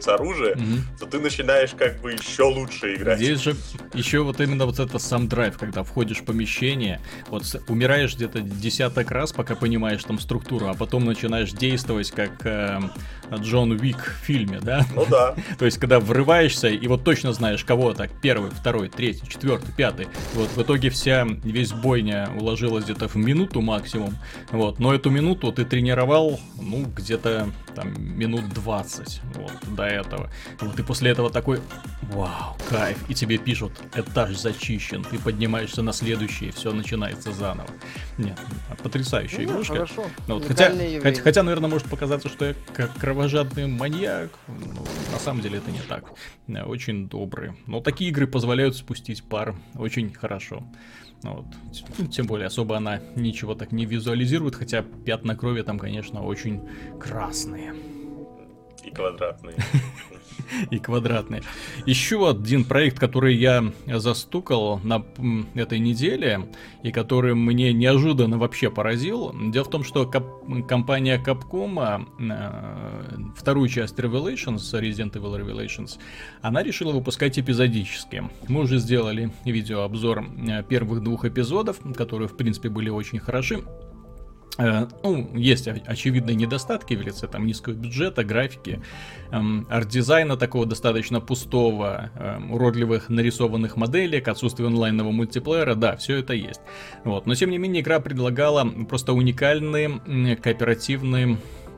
становится оружие, то ты начинаешь как бы еще лучше играть. Здесь же еще вот именно вот это сам драйв, когда входишь в помещение, вот умираешь где-то десяток раз, пока понимаешь там структуру, а потом начинаешь действовать как Джон Уик в фильме, да? Ну да. То есть, когда врываешься, и вот точно знаешь, кого так, первый, второй, третий, четвертый, пятый. Вот в итоге весь бойня уложилась где-то в минуту максимум. Вот, но эту минуту ты тренировал, ну, где-то там минут 20 вот, до этого. Вот, и после этого такой, вау, кайф. И тебе пишут, этаж зачищен. Ты поднимаешься на следующий, и все начинается заново. Нет, потрясающая игрушка. Хорошо. Вот, хотя, наверное, может показаться, что я как кровожадный маньяк. Ну, на самом деле это не так. Очень добрый. Но такие игры позволяют спустить пар очень хорошо. Вот. Тем более, особо она ничего так не визуализирует, хотя пятна крови там, конечно, очень красные. И квадратные. И квадратные. Еще один проект, который я застукал на этой неделе, и который мне неожиданно вообще поразил. Дело в том, что компания Capcom вторую часть Revelations, Resident Evil Revelations, она решила выпускать эпизодически. Мы уже сделали видеообзор первых 2 эпизодов, которые, в принципе, были очень хороши. Ну, есть очевидные недостатки в лице там низкого бюджета, графики, арт-дизайна такого достаточно пустого, уродливых нарисованных моделек, отсутствие онлайнового мультиплеера, да, все это есть. Вот. Но тем не менее игра предлагала просто уникальные кооперативные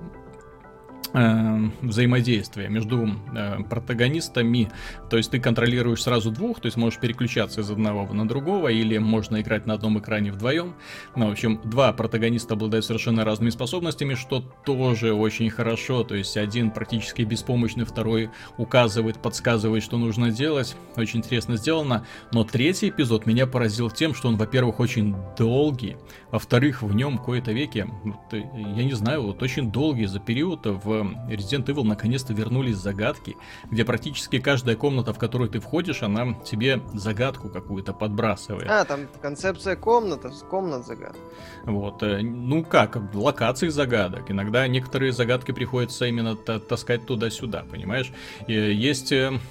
взаимодействия между протагонистами. То есть ты контролируешь сразу 2, то есть можешь переключаться из одного на другого, или можно играть на одном экране вдвоем. Ну, в общем, 2 протагониста обладают совершенно разными способностями, что тоже очень хорошо. То есть один практически беспомощный, второй указывает, подсказывает, что нужно делать. Очень интересно сделано. Но 3-й эпизод меня поразил тем, что он, во-первых, очень долгий, во-вторых, в нем в кои-то веки, я не знаю, вот очень долгий за период в Resident Evil наконец-то вернулись загадки, где практически каждая комната, в которую ты входишь, она тебе загадку какую-то подбрасывает. Там концепция комнат загадок. Вот, ну как, локации загадок. Иногда некоторые загадки приходится именно таскать туда-сюда, понимаешь? И есть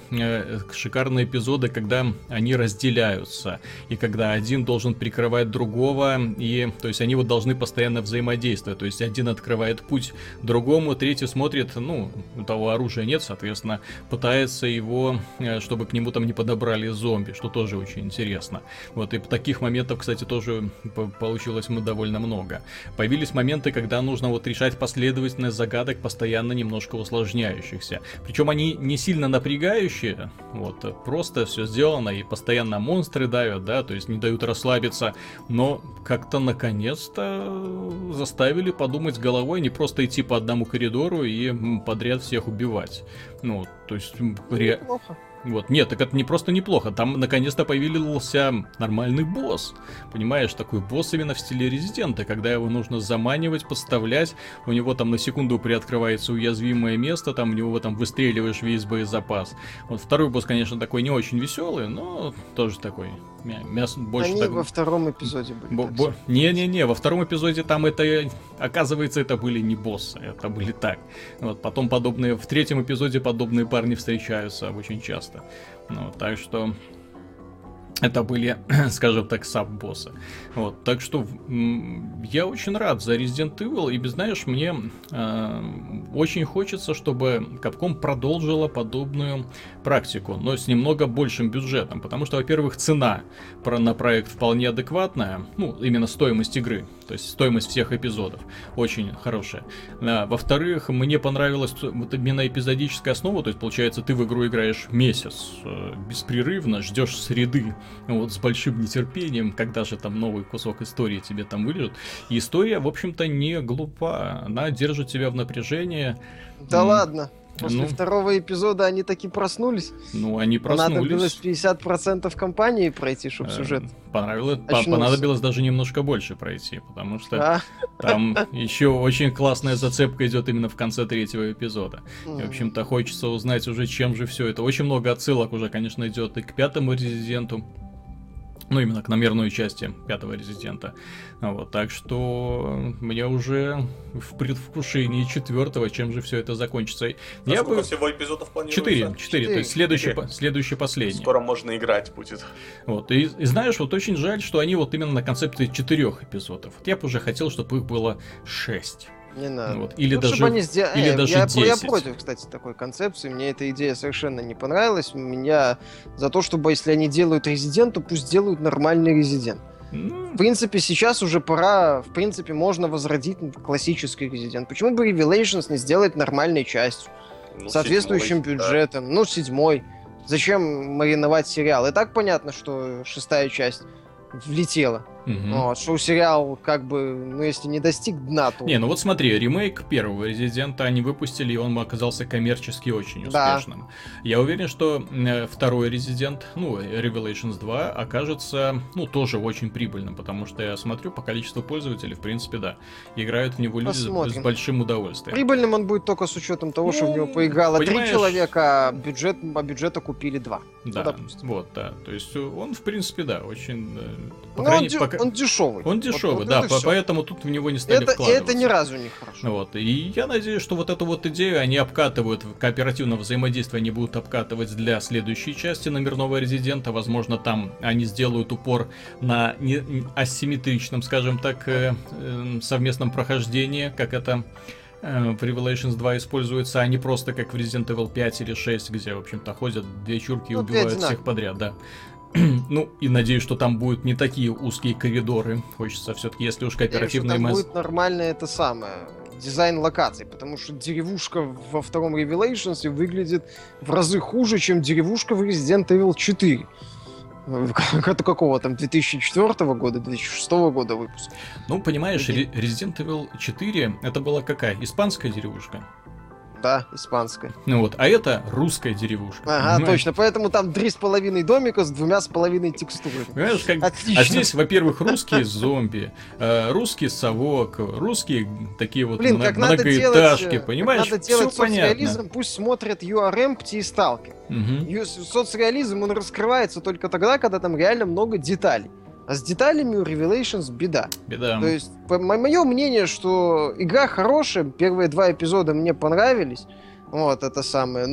шикарные эпизоды, когда они разделяются, и когда один должен прикрывать другого, и, то есть, они вот должны постоянно взаимодействовать. То есть, один открывает путь другому, третий смотрит, ну, у того оружия нет, соответственно, пытается его, чтобы к нему там не подобрали зомби, что тоже очень интересно. Вот, и таких моментов, кстати, тоже получилось довольно много. Появились моменты, когда нужно вот решать последовательность загадок, постоянно немножко усложняющихся. Причем они не сильно напрягающие, вот, просто все сделано, и постоянно монстры давят, да, то есть не дают расслабиться, но как-то наконец-то заставили подумать головой, не просто идти по одному коридору и подряд всех убивать. Ну, то есть... Неплохо. Вот, нет, так это не просто неплохо, там наконец-то появился нормальный босс, понимаешь, такой босс именно в стиле Резидента, когда его нужно заманивать, подставлять, у него там на секунду приоткрывается уязвимое место, там у него там выстреливаешь весь боезапас. Вот второй босс, конечно, такой не очень веселый, но тоже такой, больше... Они так... во втором эпизоде были. Не-не-не, во втором эпизоде там это, оказывается, это были не боссы, это были так. Вот, потом подобные, в 3-м эпизоде подобные парни встречаются очень часто. Ну, так что это были, скажем так, саб-боссы. Вот, так что я очень рад за Resident Evil, и, знаешь, мне очень хочется, чтобы Capcom продолжила подобную практику, но с немного большим бюджетом, потому что, во-первых, цена на проект вполне адекватная, ну, именно стоимость игры, то есть стоимость всех эпизодов очень хорошая. Во-вторых, мне понравилась вот именно эпизодическая основа, то есть, получается, ты в игру играешь месяц беспрерывно, ждешь среды, вот с большим нетерпением, когда же там новый кусок истории тебе там вылежит. И история, в общем-то, не глупа. Она держит тебя в напряжении. Да ладно. После 2-го эпизода они таки проснулись. Ну, они проснулись. Понадобилось 50% кампании пройти, чтобы сюжет понадобилось даже немножко больше пройти, потому что там еще очень классная зацепка идет именно в конце 3-го эпизода. И, в общем-то, хочется узнать уже, чем же все это. Очень много отсылок уже, конечно, идет и к 5-му Резиденту. Ну, именно к номерной части 5-го Резидента. Вот, так что мне уже в предвкушении 4-го, чем же все это закончится. А сколько всего эпизодов планируется? 4, то есть следующий последний. Скоро можно играть будет. Вот, и знаешь, вот очень жаль, что они вот именно на концепции 4 эпизодов. Вот я бы уже хотел, чтобы их было 6. Не надо. Вот, или Лучше даже, бы они или даже я 10. против, кстати, такой концепции. Мне эта идея совершенно не понравилась. Меня за то, чтобы если они делают Резидент, то пусть делают нормальный Резидент. В принципе, сейчас уже пора, в принципе, можно возродить классический Резидент. Почему бы Revelations не сделать нормальной частью? Соответствующим 7-й, бюджетом. Да. 7-й. Зачем мариновать сериал? И так понятно, что 6-я часть влетела. Вот, что сериал, как бы, ну, если не достиг дна, то... Не, ну вот смотри, ремейк первого Резидента они выпустили, и он оказался коммерчески очень успешным. Да. Я уверен, что второй Резидент, ну, Revelations 2, окажется, ну, тоже очень прибыльным, потому что я смотрю, по количеству пользователей, в принципе, да, играют в него люди с большим удовольствием. Прибыльным он будет только с учетом того, что в него поиграло 3 человека, а бюджета купили 2. Да, ну, вот, да, то есть он, в принципе, да, очень... Он дешевый. Он дешевый, вот, да, поэтому тут в него не стали вкладываться. Это ни разу не хорошо. Вот, и я надеюсь, что вот эту вот идею они обкатывают, кооперативное взаимодействие они будут обкатывать для следующей части номерного Резидента. Возможно, там они сделают упор на асимметричном, скажем так, совместном прохождении, как это в Revelations 2 используется, а не просто как в Resident Evil 5 или 6, где, в общем-то, ходят две чурки и убивают всех подряд, да. Ну, и надеюсь, что там будут не такие узкие коридоры. Хочется все-таки, если уж кооперативный там будет нормальное это самое, дизайн локаций, потому что деревушка во втором Revelations выглядит в разы хуже, чем деревушка в Resident Evil 4. Это какого там, 2004 года, 2006 года выпуска. Ну, понимаешь, Resident Evil 4 это была какая? Испанская деревушка? Да, испанская. Ну вот, а это русская деревушка. Ага, понимаешь? Точно, поэтому там 3,5 домика с 2,5 текстурами. Понимаешь, как... Отлично. А здесь, во-первых, русские зомби, русский совок, русские такие вот многоэтажки, понимаешь? Надо делать соцреализм, пусть смотрят UR Empty и Stalker. Соцреализм, он раскрывается только тогда, когда там реально много деталей. А с деталями у Revelations беда. То есть, мое мнение, что игра хорошая, первые 2 эпизода мне понравились, вот, это самое,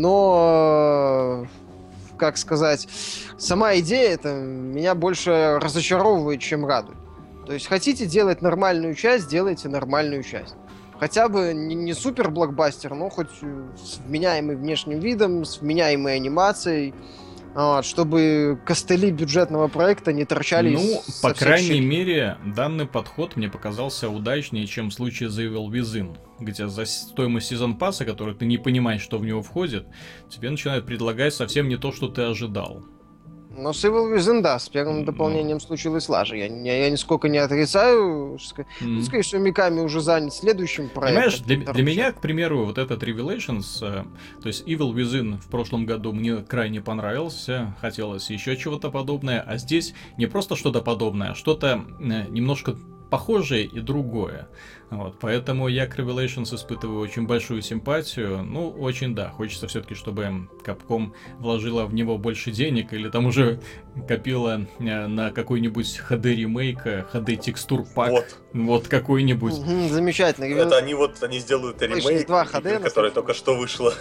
но, как сказать, сама идея это меня больше разочаровывает, чем радует. То есть, хотите делать нормальную часть, делайте нормальную часть. Хотя бы не супер блокбастер, но хоть с вменяемым внешним видом, с вменяемой анимацией. Вот, чтобы костыли бюджетного проекта не торчали. Ну, по крайней мере, данный подход мне показался удачнее, чем в случае The Evil Within, где за стоимость сезон-пасса, который ты не понимаешь, что в него входит, тебе начинают предлагать совсем не то, что ты ожидал. Но с Evil Within, да, с первым дополнением случилось лажа. Я нисколько не отрицаю. Скорее всего, Миками уже занят следующим проектом. Понимаешь, для меня, к примеру, вот этот Revelations, то есть Evil Within в прошлом году мне крайне понравился. Хотелось еще чего-то подобное. А здесь не просто что-то подобное, а что-то немножко похожее и другое. Вот, поэтому я к Revelations испытываю очень большую симпатию. Ну, очень, да, хочется все-таки, чтобы Capcom вложила в него больше денег, или там уже копила на какой-нибудь HD-ремейк, HD-текстур-пак. Вот какой-нибудь. Замечательно. Это они сделают ремейк, который только что вышло.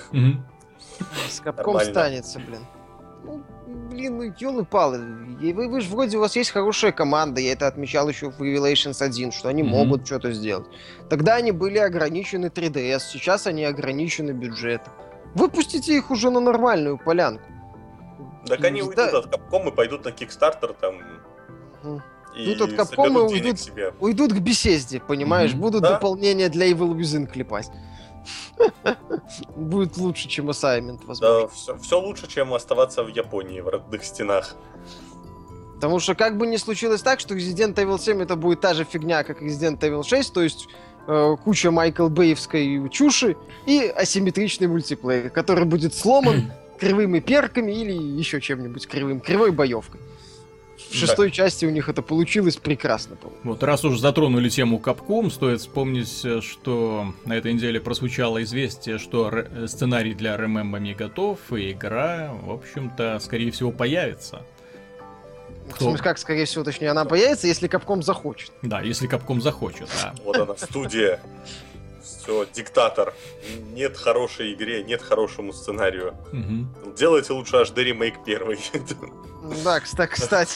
С Capcom станется, блин. Блин, ну ёлы-палы. Вы же вроде у вас есть хорошая команда, я это отмечал еще в Revelations 1, что они могут что-то сделать. Тогда они были ограничены 3DS, сейчас они ограничены бюджетом. Выпустите их уже на нормальную полянку. Так они уйдут от Capcom и пойдут на Kickstarter там. И тут от Capcom уйдут к Bethesda, понимаешь? Будут дополнения для Evil Within клепать. Будет лучше, чем Assignment, возможно. Да, все лучше, чем оставаться в Японии, в родных стенах. Потому что как бы ни случилось так, что Resident Evil 7 это будет та же фигня, как Resident Evil 6, то есть куча Майкл Бэевской чуши и асимметричный мультиплеер, который будет сломан кривыми перками или еще чем-нибудь кривой боевкой. В 6-й части у них это получилось прекрасно. Вот раз уж затронули тему Capcom, стоит вспомнить, что на этой неделе прозвучало известие, что сценарий для Remember Me готов, и игра, в общем-то, скорее всего, появится. В смысле, как, скорее всего, точнее, она появится, если Capcom захочет. Да, если Capcom захочет, да. Вот она, студия. Все, диктатор. Нет хорошей игре, нет хорошему сценарию. Делайте лучше HD ремейк первый. Да, кстати.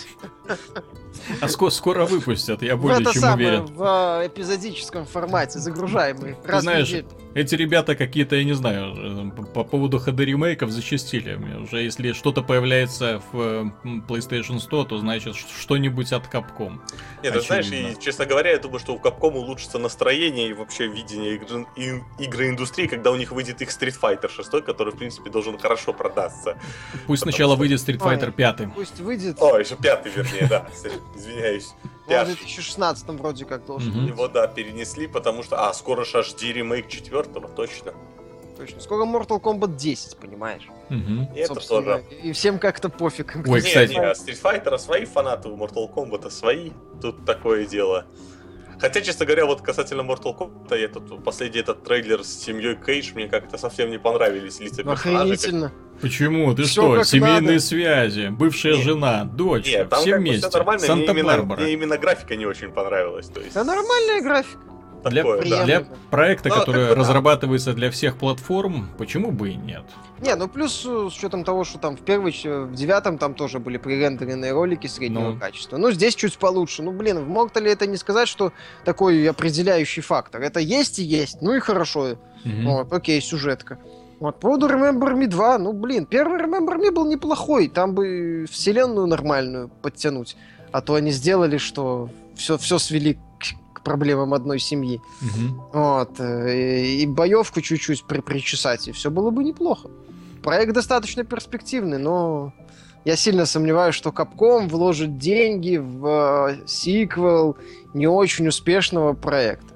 А скоро выпустят, я более чем уверен. В эпизодическом формате, загружаемый. Ты знаешь, эти ребята какие-то, я не знаю, по поводу HD-ремейков зачастили. Уже если что-то появляется в PlayStation 100, то значит что-нибудь от Capcom. Нет, ты знаешь, и, честно говоря, я думаю, что у Capcom улучшится настроение и вообще видение игры индустрии, когда у них выйдет их Street Fighter 6, который, в принципе, должен хорошо продаться. Пусть сначала выйдет Street Fighter 5. Пусть выйдет... О, еще 5, вернее, да. Извиняюсь. В 2016 вроде как должен. Его, да, перенесли, потому что... скоро же HD ремейк 4-го, точно. Точно. Скоро Mortal Kombat 10, понимаешь? И это тоже. И всем как-то пофиг. Ой, кстати. Не, Street Fighter свои фанаты, у Mortal Kombat свои. Тут такое дело. Хотя, честно говоря, вот касательно Mortal Kombat, я тут последний этот трейлер с семьей Кейдж, мне как-то совсем не понравились лица персонажей. Охренительно. Почему? Ты что? Семейные связи, бывшая жена, дочь, там все вместе. Все нормально, Санта-Барбара. мне именно графика не очень понравилась. То есть... Да нормальная графика. Для проекта, который разрабатывается для всех платформ, почему бы и нет? Не, ну плюс с учетом того, что там в 9-м там тоже были пререндеренные ролики среднего качества. Ну, здесь чуть получше. Ну, блин, в Mortal это не сказать, что такой определяющий фактор. Это есть и есть, ну и хорошо. Вот, окей, сюжетка. Вот, по поводу Remember Me 2, ну, блин, первый Remember Me был неплохой, там бы вселенную нормальную подтянуть. А то они сделали, что все свели к проблемам одной семьи. Вот, и боевку чуть-чуть причесать, и все было бы неплохо. Проект достаточно перспективный, но я сильно сомневаюсь, что Capcom вложит деньги в сиквел не очень успешного проекта.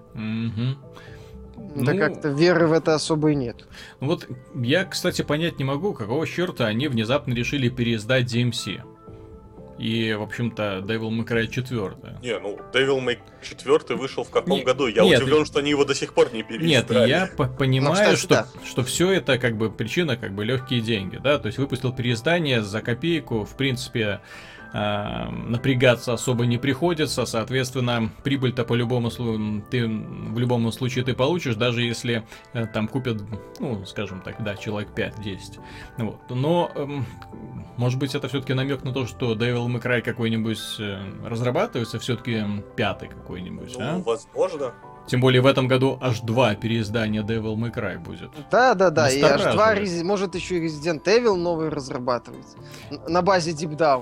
Да как-то веры в это особо и нет. Вот я, кстати, понять не могу, какого черта они внезапно решили переиздать DMC. И, в общем-то, Devil May Cry 4. Не, ну, Devil May 4 вышел в каком году? Я удивлен, что они его до сих пор не переиздали. Нет, я понимаю, что все это как бы причина, как бы легкие деньги, да, то есть выпустил переиздание за копейку, в принципе, напрягаться особо не приходится, соответственно, прибыль-то по-любому ты в любом случае ты получишь, даже если там купят, ну, скажем так, да, человек 5-10. Вот. Но, может быть, это все-таки намек на то, что Devil May Cry какой-нибудь разрабатывается, все-таки 5-й какой-нибудь, ну, возможно. Тем более в этом году аж 2 переиздания Devil May Cry будет. Да, и аж 2, может еще и Resident Evil новый разрабатывается. На базе Deep Down.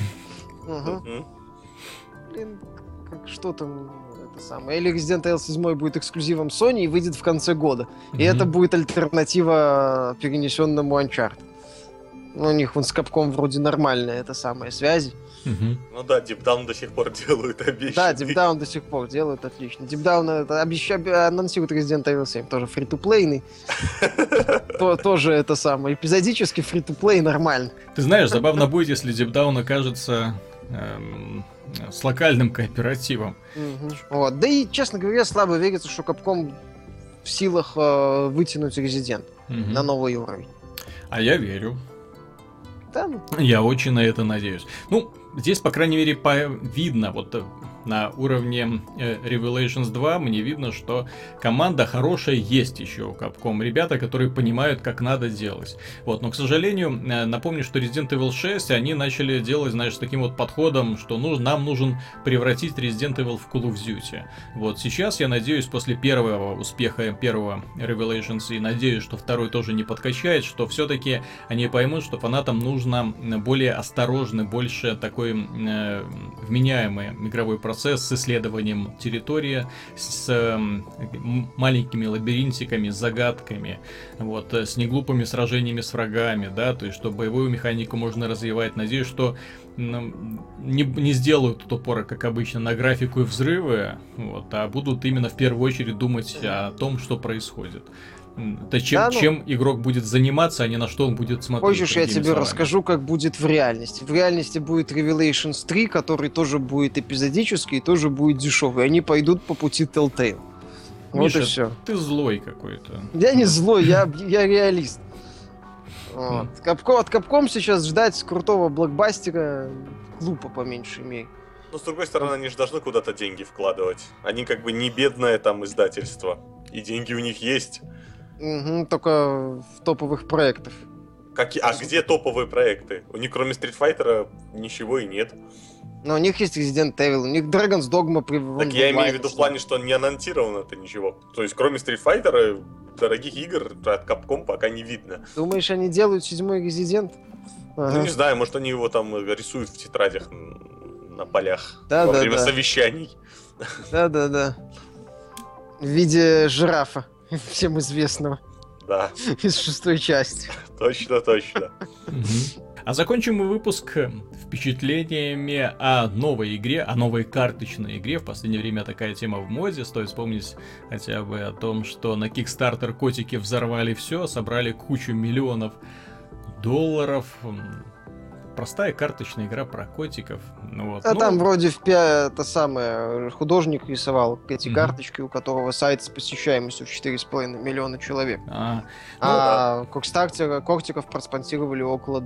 Блин, что там это самое. Или Resident Evil 7 будет эксклюзивом Sony и выйдет в конце года. И это будет альтернатива перенесенному Uncharted. У них вон с Capcom вроде нормальная это самая связь. Ну да, Deep Down до сих пор делают обещанный. Да, Deep Down до сих пор делают отлично. Deep Down анонсирует Resident Evil 7, тоже фри-то-плейный. Тоже это самое, эпизодически фри-то-плей нормально. Ты знаешь, забавно будет, если Deep Down окажется с локальным кооперативом. Вот. Да и, честно говоря, слабо верится, что Capcom в силах вытянуть Resident на новый уровень. А я верю. Да? Я очень на это надеюсь. Ну, здесь, по крайней мере, видно, вот на уровне Revelations 2 мне видно, что команда хорошая есть еще у Capcom. Ребята, которые понимают, как надо делать. Вот, но, к сожалению, напомню, что Resident Evil 6 они начали делать, знаешь, с таким вот подходом, что нам нужен превратить Resident Evil в Call of Duty. Вот, сейчас я надеюсь, после первого успеха первого Revelations, и надеюсь, что второй тоже не подкачает, что все-таки они поймут, что фанатам нужно более осторожный, больше такой вменяемый игровой процесс с исследованием территории, с маленькими лабиринтиками, загадками, вот, с неглупыми сражениями с врагами, да, то есть, что боевую механику можно развивать. Надеюсь, что не сделают тут упора, как обычно, на графику и взрывы, вот, а будут именно в первую очередь думать о том, что происходит. Это чем игрок будет заниматься, а не на что он будет смотреть. Хочешь, я тебе расскажу, как будет в реальности. В реальности будет Revelations 3, который тоже будет эпизодический и тоже будет дешевый. Они пойдут по пути Telltale. Вот Миша, и все. Ты злой какой-то. Я не злой, я реалист. Вот. От Capcom сейчас ждать крутого блокбастера глупо, по меньшей мере. Но, с другой стороны, они же должны куда-то деньги вкладывать. Они как бы не бедное там издательство. И деньги у них есть. Только в топовых проектах. А где топовые проекты? У них кроме Street Fighter ничего и нет. Но у них есть Resident Evil, у них Dragon's Dogma. Так я имею в виду в плане, что не анонсировано-то ничего. То есть кроме Street Fighter дорогих игр от Capcom пока не видно. Думаешь, они делают 7-й Resident? Ну не знаю, может они его там рисуют в тетрадях на полях во время совещаний. Да. В виде жирафа, всем известного. Да. Из 6-й части. Точно. А закончим мы выпуск впечатлениями о новой игре, о новой карточной игре. В последнее время такая тема в моде. Стоит вспомнить хотя бы о том, что на Kickstarter котики взорвали все, собрали кучу миллионов долларов. Простая карточная игра про котиков. Там вроде художник рисовал эти карточки, у которого сайт с посещаемостью в 4,5 миллиона человек. Кортиков проспонсировали около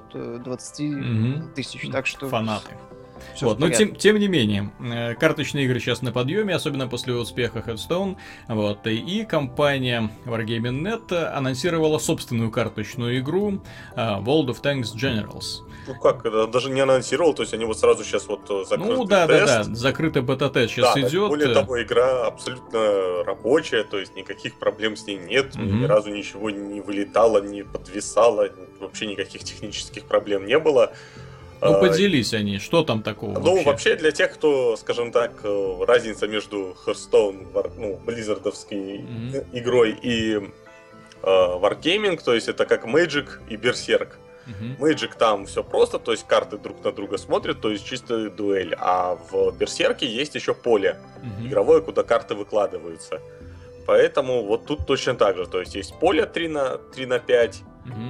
220 тысяч, так что... Фанаты. Но тем не менее, карточные игры сейчас на подъеме, особенно после успеха Hearthstone. И компания Wargaming.net анонсировала собственную карточную игру World of Tanks Generals. Ну как, это даже не анонсировал, то есть они сразу сейчас закрытый тест. Закрытый бета-тест сейчас идет. Более того, игра абсолютно рабочая, то есть никаких проблем с ней нет, ни разу ничего не вылетало, не подвисало, вообще никаких технических проблем не было. Поделись они, что там такого вообще для тех, кто, скажем так, разница между Hearthstone, близзардовской игрой и Wargaming, то есть это как Magic и Berserk. Magic там все просто, то есть карты друг на друга смотрят, то есть чистая дуэль. А в Берсерке есть еще поле игровое, куда карты выкладываются. Поэтому вот тут точно так же. То есть есть поле 3 на 5,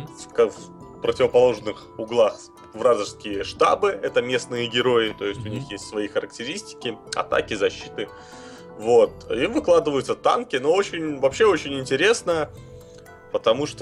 в противоположных углах вражеские штабы, это местные герои, то есть у них есть свои характеристики, атаки, защиты. И выкладываются танки, но вообще очень интересно. Потому что,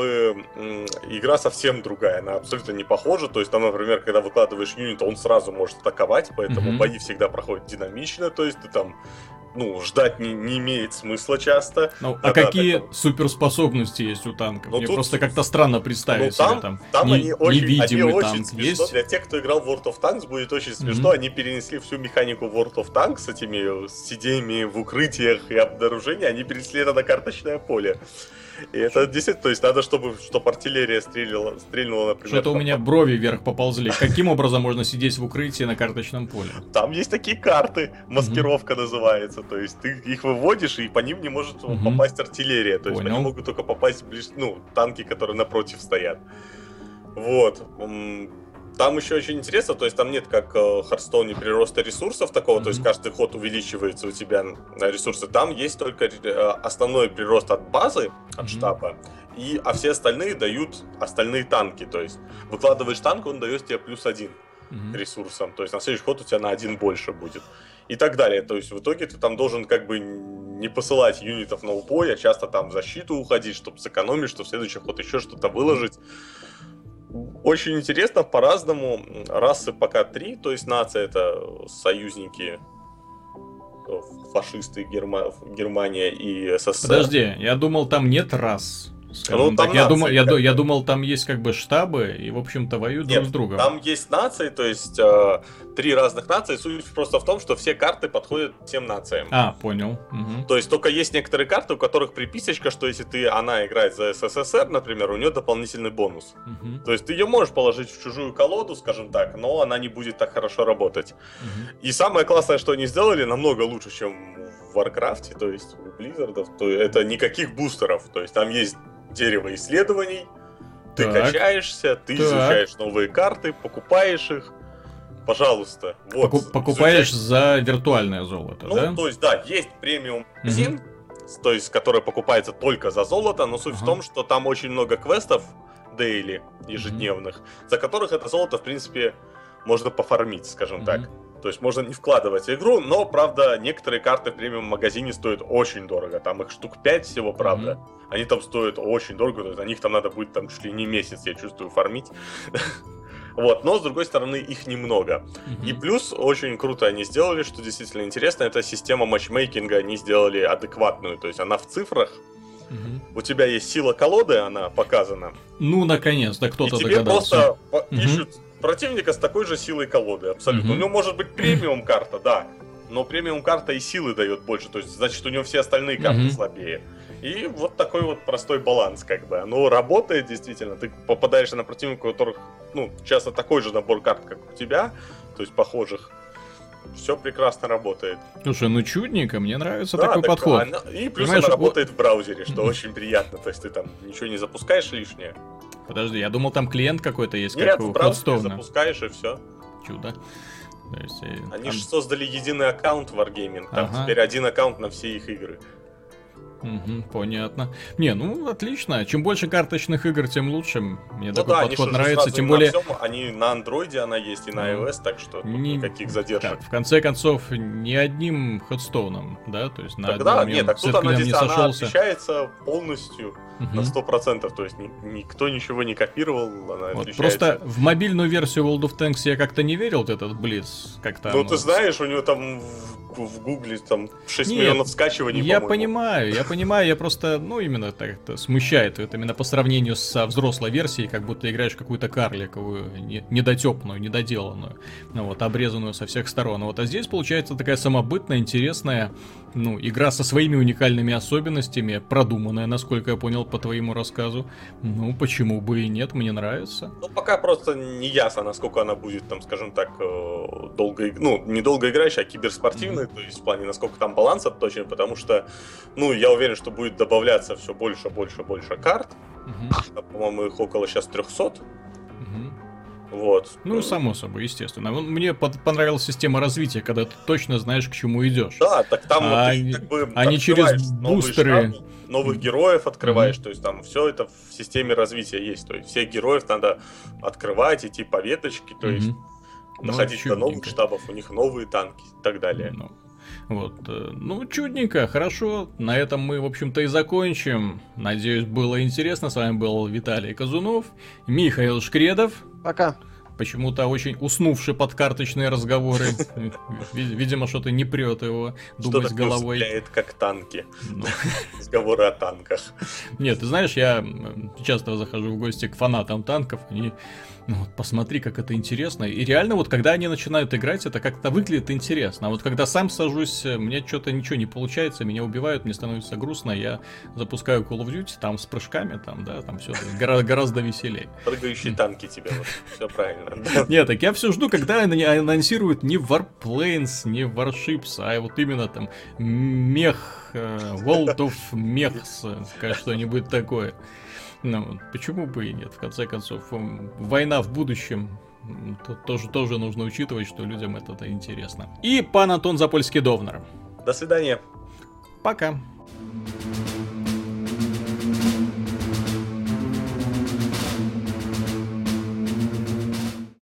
игра совсем другая, она абсолютно не похожа. То есть, там, например, когда выкладываешь юнита, он сразу может атаковать, поэтому бои всегда проходят динамично. То есть, ты там, ждать не имеет смысла часто. Какие суперспособности есть у танков? Мне просто как-то странно представить себе там невидимый танк есть. Для тех, кто играл в World of Tanks, будет очень смешно. Они перенесли всю механику World of Tanks с этими сидениями в укрытиях и обнаружения, они перенесли это на карточное поле. И это действительно, то есть надо, чтобы артиллерия стрельнула, например. Что-то у меня брови вверх поползли. Каким образом можно сидеть в укрытии на карточном поле? Там есть такие карты, маскировка называется. То есть ты их выводишь, и по ним не может попасть артиллерия. То есть они могут только попасть танки, которые напротив стоят. Там еще очень интересно, то есть там нет, как в Hearthstone, прироста ресурсов такого, то есть каждый ход увеличивается у тебя на ресурсы. Там есть только основной прирост от базы, от штаба, а все остальные дают остальные танки. То есть выкладываешь танк, он дает тебе +1 к ресурсам, то есть на следующий ход у тебя на 1 больше будет. И так далее. То есть в итоге ты там должен не посылать юнитов на убой, а часто там в защиту уходить, чтобы сэкономить, чтобы в следующий ход еще что-то выложить. Очень интересно, по-разному. Расы пока 3, то есть нация — это союзники, фашисты Германия и СССР. Подожди, я думал, там нет рас. Я думал, там есть штабы и, в общем-то, воюют друг с другом. Там есть нации, то есть 3 разных нации. Суть просто в том, что все карты подходят всем нациям. Понял. То есть только есть некоторые карты, у которых приписочка, что если она играет за СССР, например, у нее дополнительный бонус. То есть ты ее можешь положить в чужую колоду, скажем так, но она не будет так хорошо работать. И самое классное, что они сделали, намного лучше, чем в Warcraft, то есть у Blizzard'ов, то это никаких бустеров. То есть там есть дерево исследований, ты качаешься, ты изучаешь новые карты, покупаешь их, пожалуйста. Покупаешь за виртуальное золото, да? То есть, есть премиум магазин, то есть, который покупается только за золото, но суть в том, что там очень много квестов дейли, ежедневных, за которых это золото, в принципе, можно пофармить, скажем так. То есть можно не вкладывать в игру, но, правда, некоторые карты в премиум-магазине стоят очень дорого. Там их штук 5 всего, правда. Они там стоят очень дорого, то есть на них там надо будет там чуть ли не месяц, я чувствую, фармить. Вот, но, с другой стороны, их немного. И плюс, очень круто они сделали, что действительно интересно, это система матчмейкинга они сделали адекватную, то есть она в цифрах. У тебя есть сила колоды, она показана. Ну, наконец-то кто-то догадался. И тебе догадался. просто ищут противника с такой же силой колоды, абсолютно. У него может быть премиум карта, да, но премиум карта и силы дает больше, то есть значит у него все остальные карты слабее. И вот такой вот простой баланс, как бы. Оно работает действительно. Ты попадаешь на противника, у которых, ну, часто такой же набор карт, как у тебя, то есть похожих. Все прекрасно работает. Слушай, ну чудненько, мне нравится такой подход. И плюс она работает в браузере, что очень приятно. То есть ты там ничего не запускаешь лишнее. Подожди, я думал, там клиент какой-то есть, нет, как у в браузере Hearthstone. Запускаешь и все. Чудо. То есть, они же создали единый аккаунт в Wargaming. Там теперь один аккаунт на все их игры. Понятно. Не, ну отлично. Чем больше карточных игр, тем лучше. Мне такой подход они нравится. Тем более. Они на андроиде она есть и на iOS, так что никаких задержек. В конце концов, ни одним Ходстоуном, да? То есть на тогда нет, так тут она не она отличается полностью на 100%. То есть никто ничего не копировал. Она вот просто в мобильную версию World of Tanks я как-то не верил, этот Блиц. Как-то ну, ты знаешь, у него там в Гугле там 6 миллионов скачиваний, я понимаю, я просто, ну, именно так это смущает, это именно по сравнению со взрослой версией, как будто играешь какую-то карликовую, недотепную, недоделанную, ну, вот, обрезанную со всех сторон. Вот, а здесь получается такая самобытная, интересная, ну, игра со своими уникальными особенностями, продуманная, насколько я понял по твоему рассказу. Ну, почему бы и нет, мне нравится. Ну, пока просто не ясно, насколько она будет, там, скажем так, долго, ну, не долго играющая, а киберспортивной, то есть в плане, насколько там баланс отточен, потому что, ну, я уверен, что будет добавляться все больше карт. По-моему, их около сейчас 300. Вот. Ну, само собой, естественно. Мне понравилась система развития, когда ты точно знаешь, к чему идешь. Да, так там ты как бы не через бустеры. Новых героев открываешь, то есть там все это в системе развития есть. То есть всех героев надо открывать, идти по веточке, то есть доходить до новых штабов, у них новые танки и так далее. Вот, ну, чудненько, хорошо, на этом мы, в общем-то, и закончим. Надеюсь, было интересно. С вами был Виталий Казунов, Михаил Шкредов. Пока. Почему-то очень уснувший под карточные разговоры. Видимо, что-то не прет его думать головой. Что-то впечатляет, как танки. Разговоры о танках. Нет, ты знаешь, я часто захожу в гости к фанатам танков, они... Ну, вот посмотри, как это интересно. И реально, вот когда они начинают играть, это как-то выглядит интересно. А вот когда сам сажусь, мне что-то ничего не получается, меня убивают, мне становится грустно, я запускаю Call of Duty, там с прыжками, там, да, там все гораздо веселее. Прыгающие танки тебе, вот, все правильно. Нет, так я все жду, когда они анонсируют не Warplanes, не Warships, а вот именно там Мех, World of Mechs, что-нибудь такое. Ну, почему бы и нет? В конце концов, война в будущем, тоже нужно учитывать, что людям это интересно. И пан Антон Запольский-Довнер. До свидания. Пока.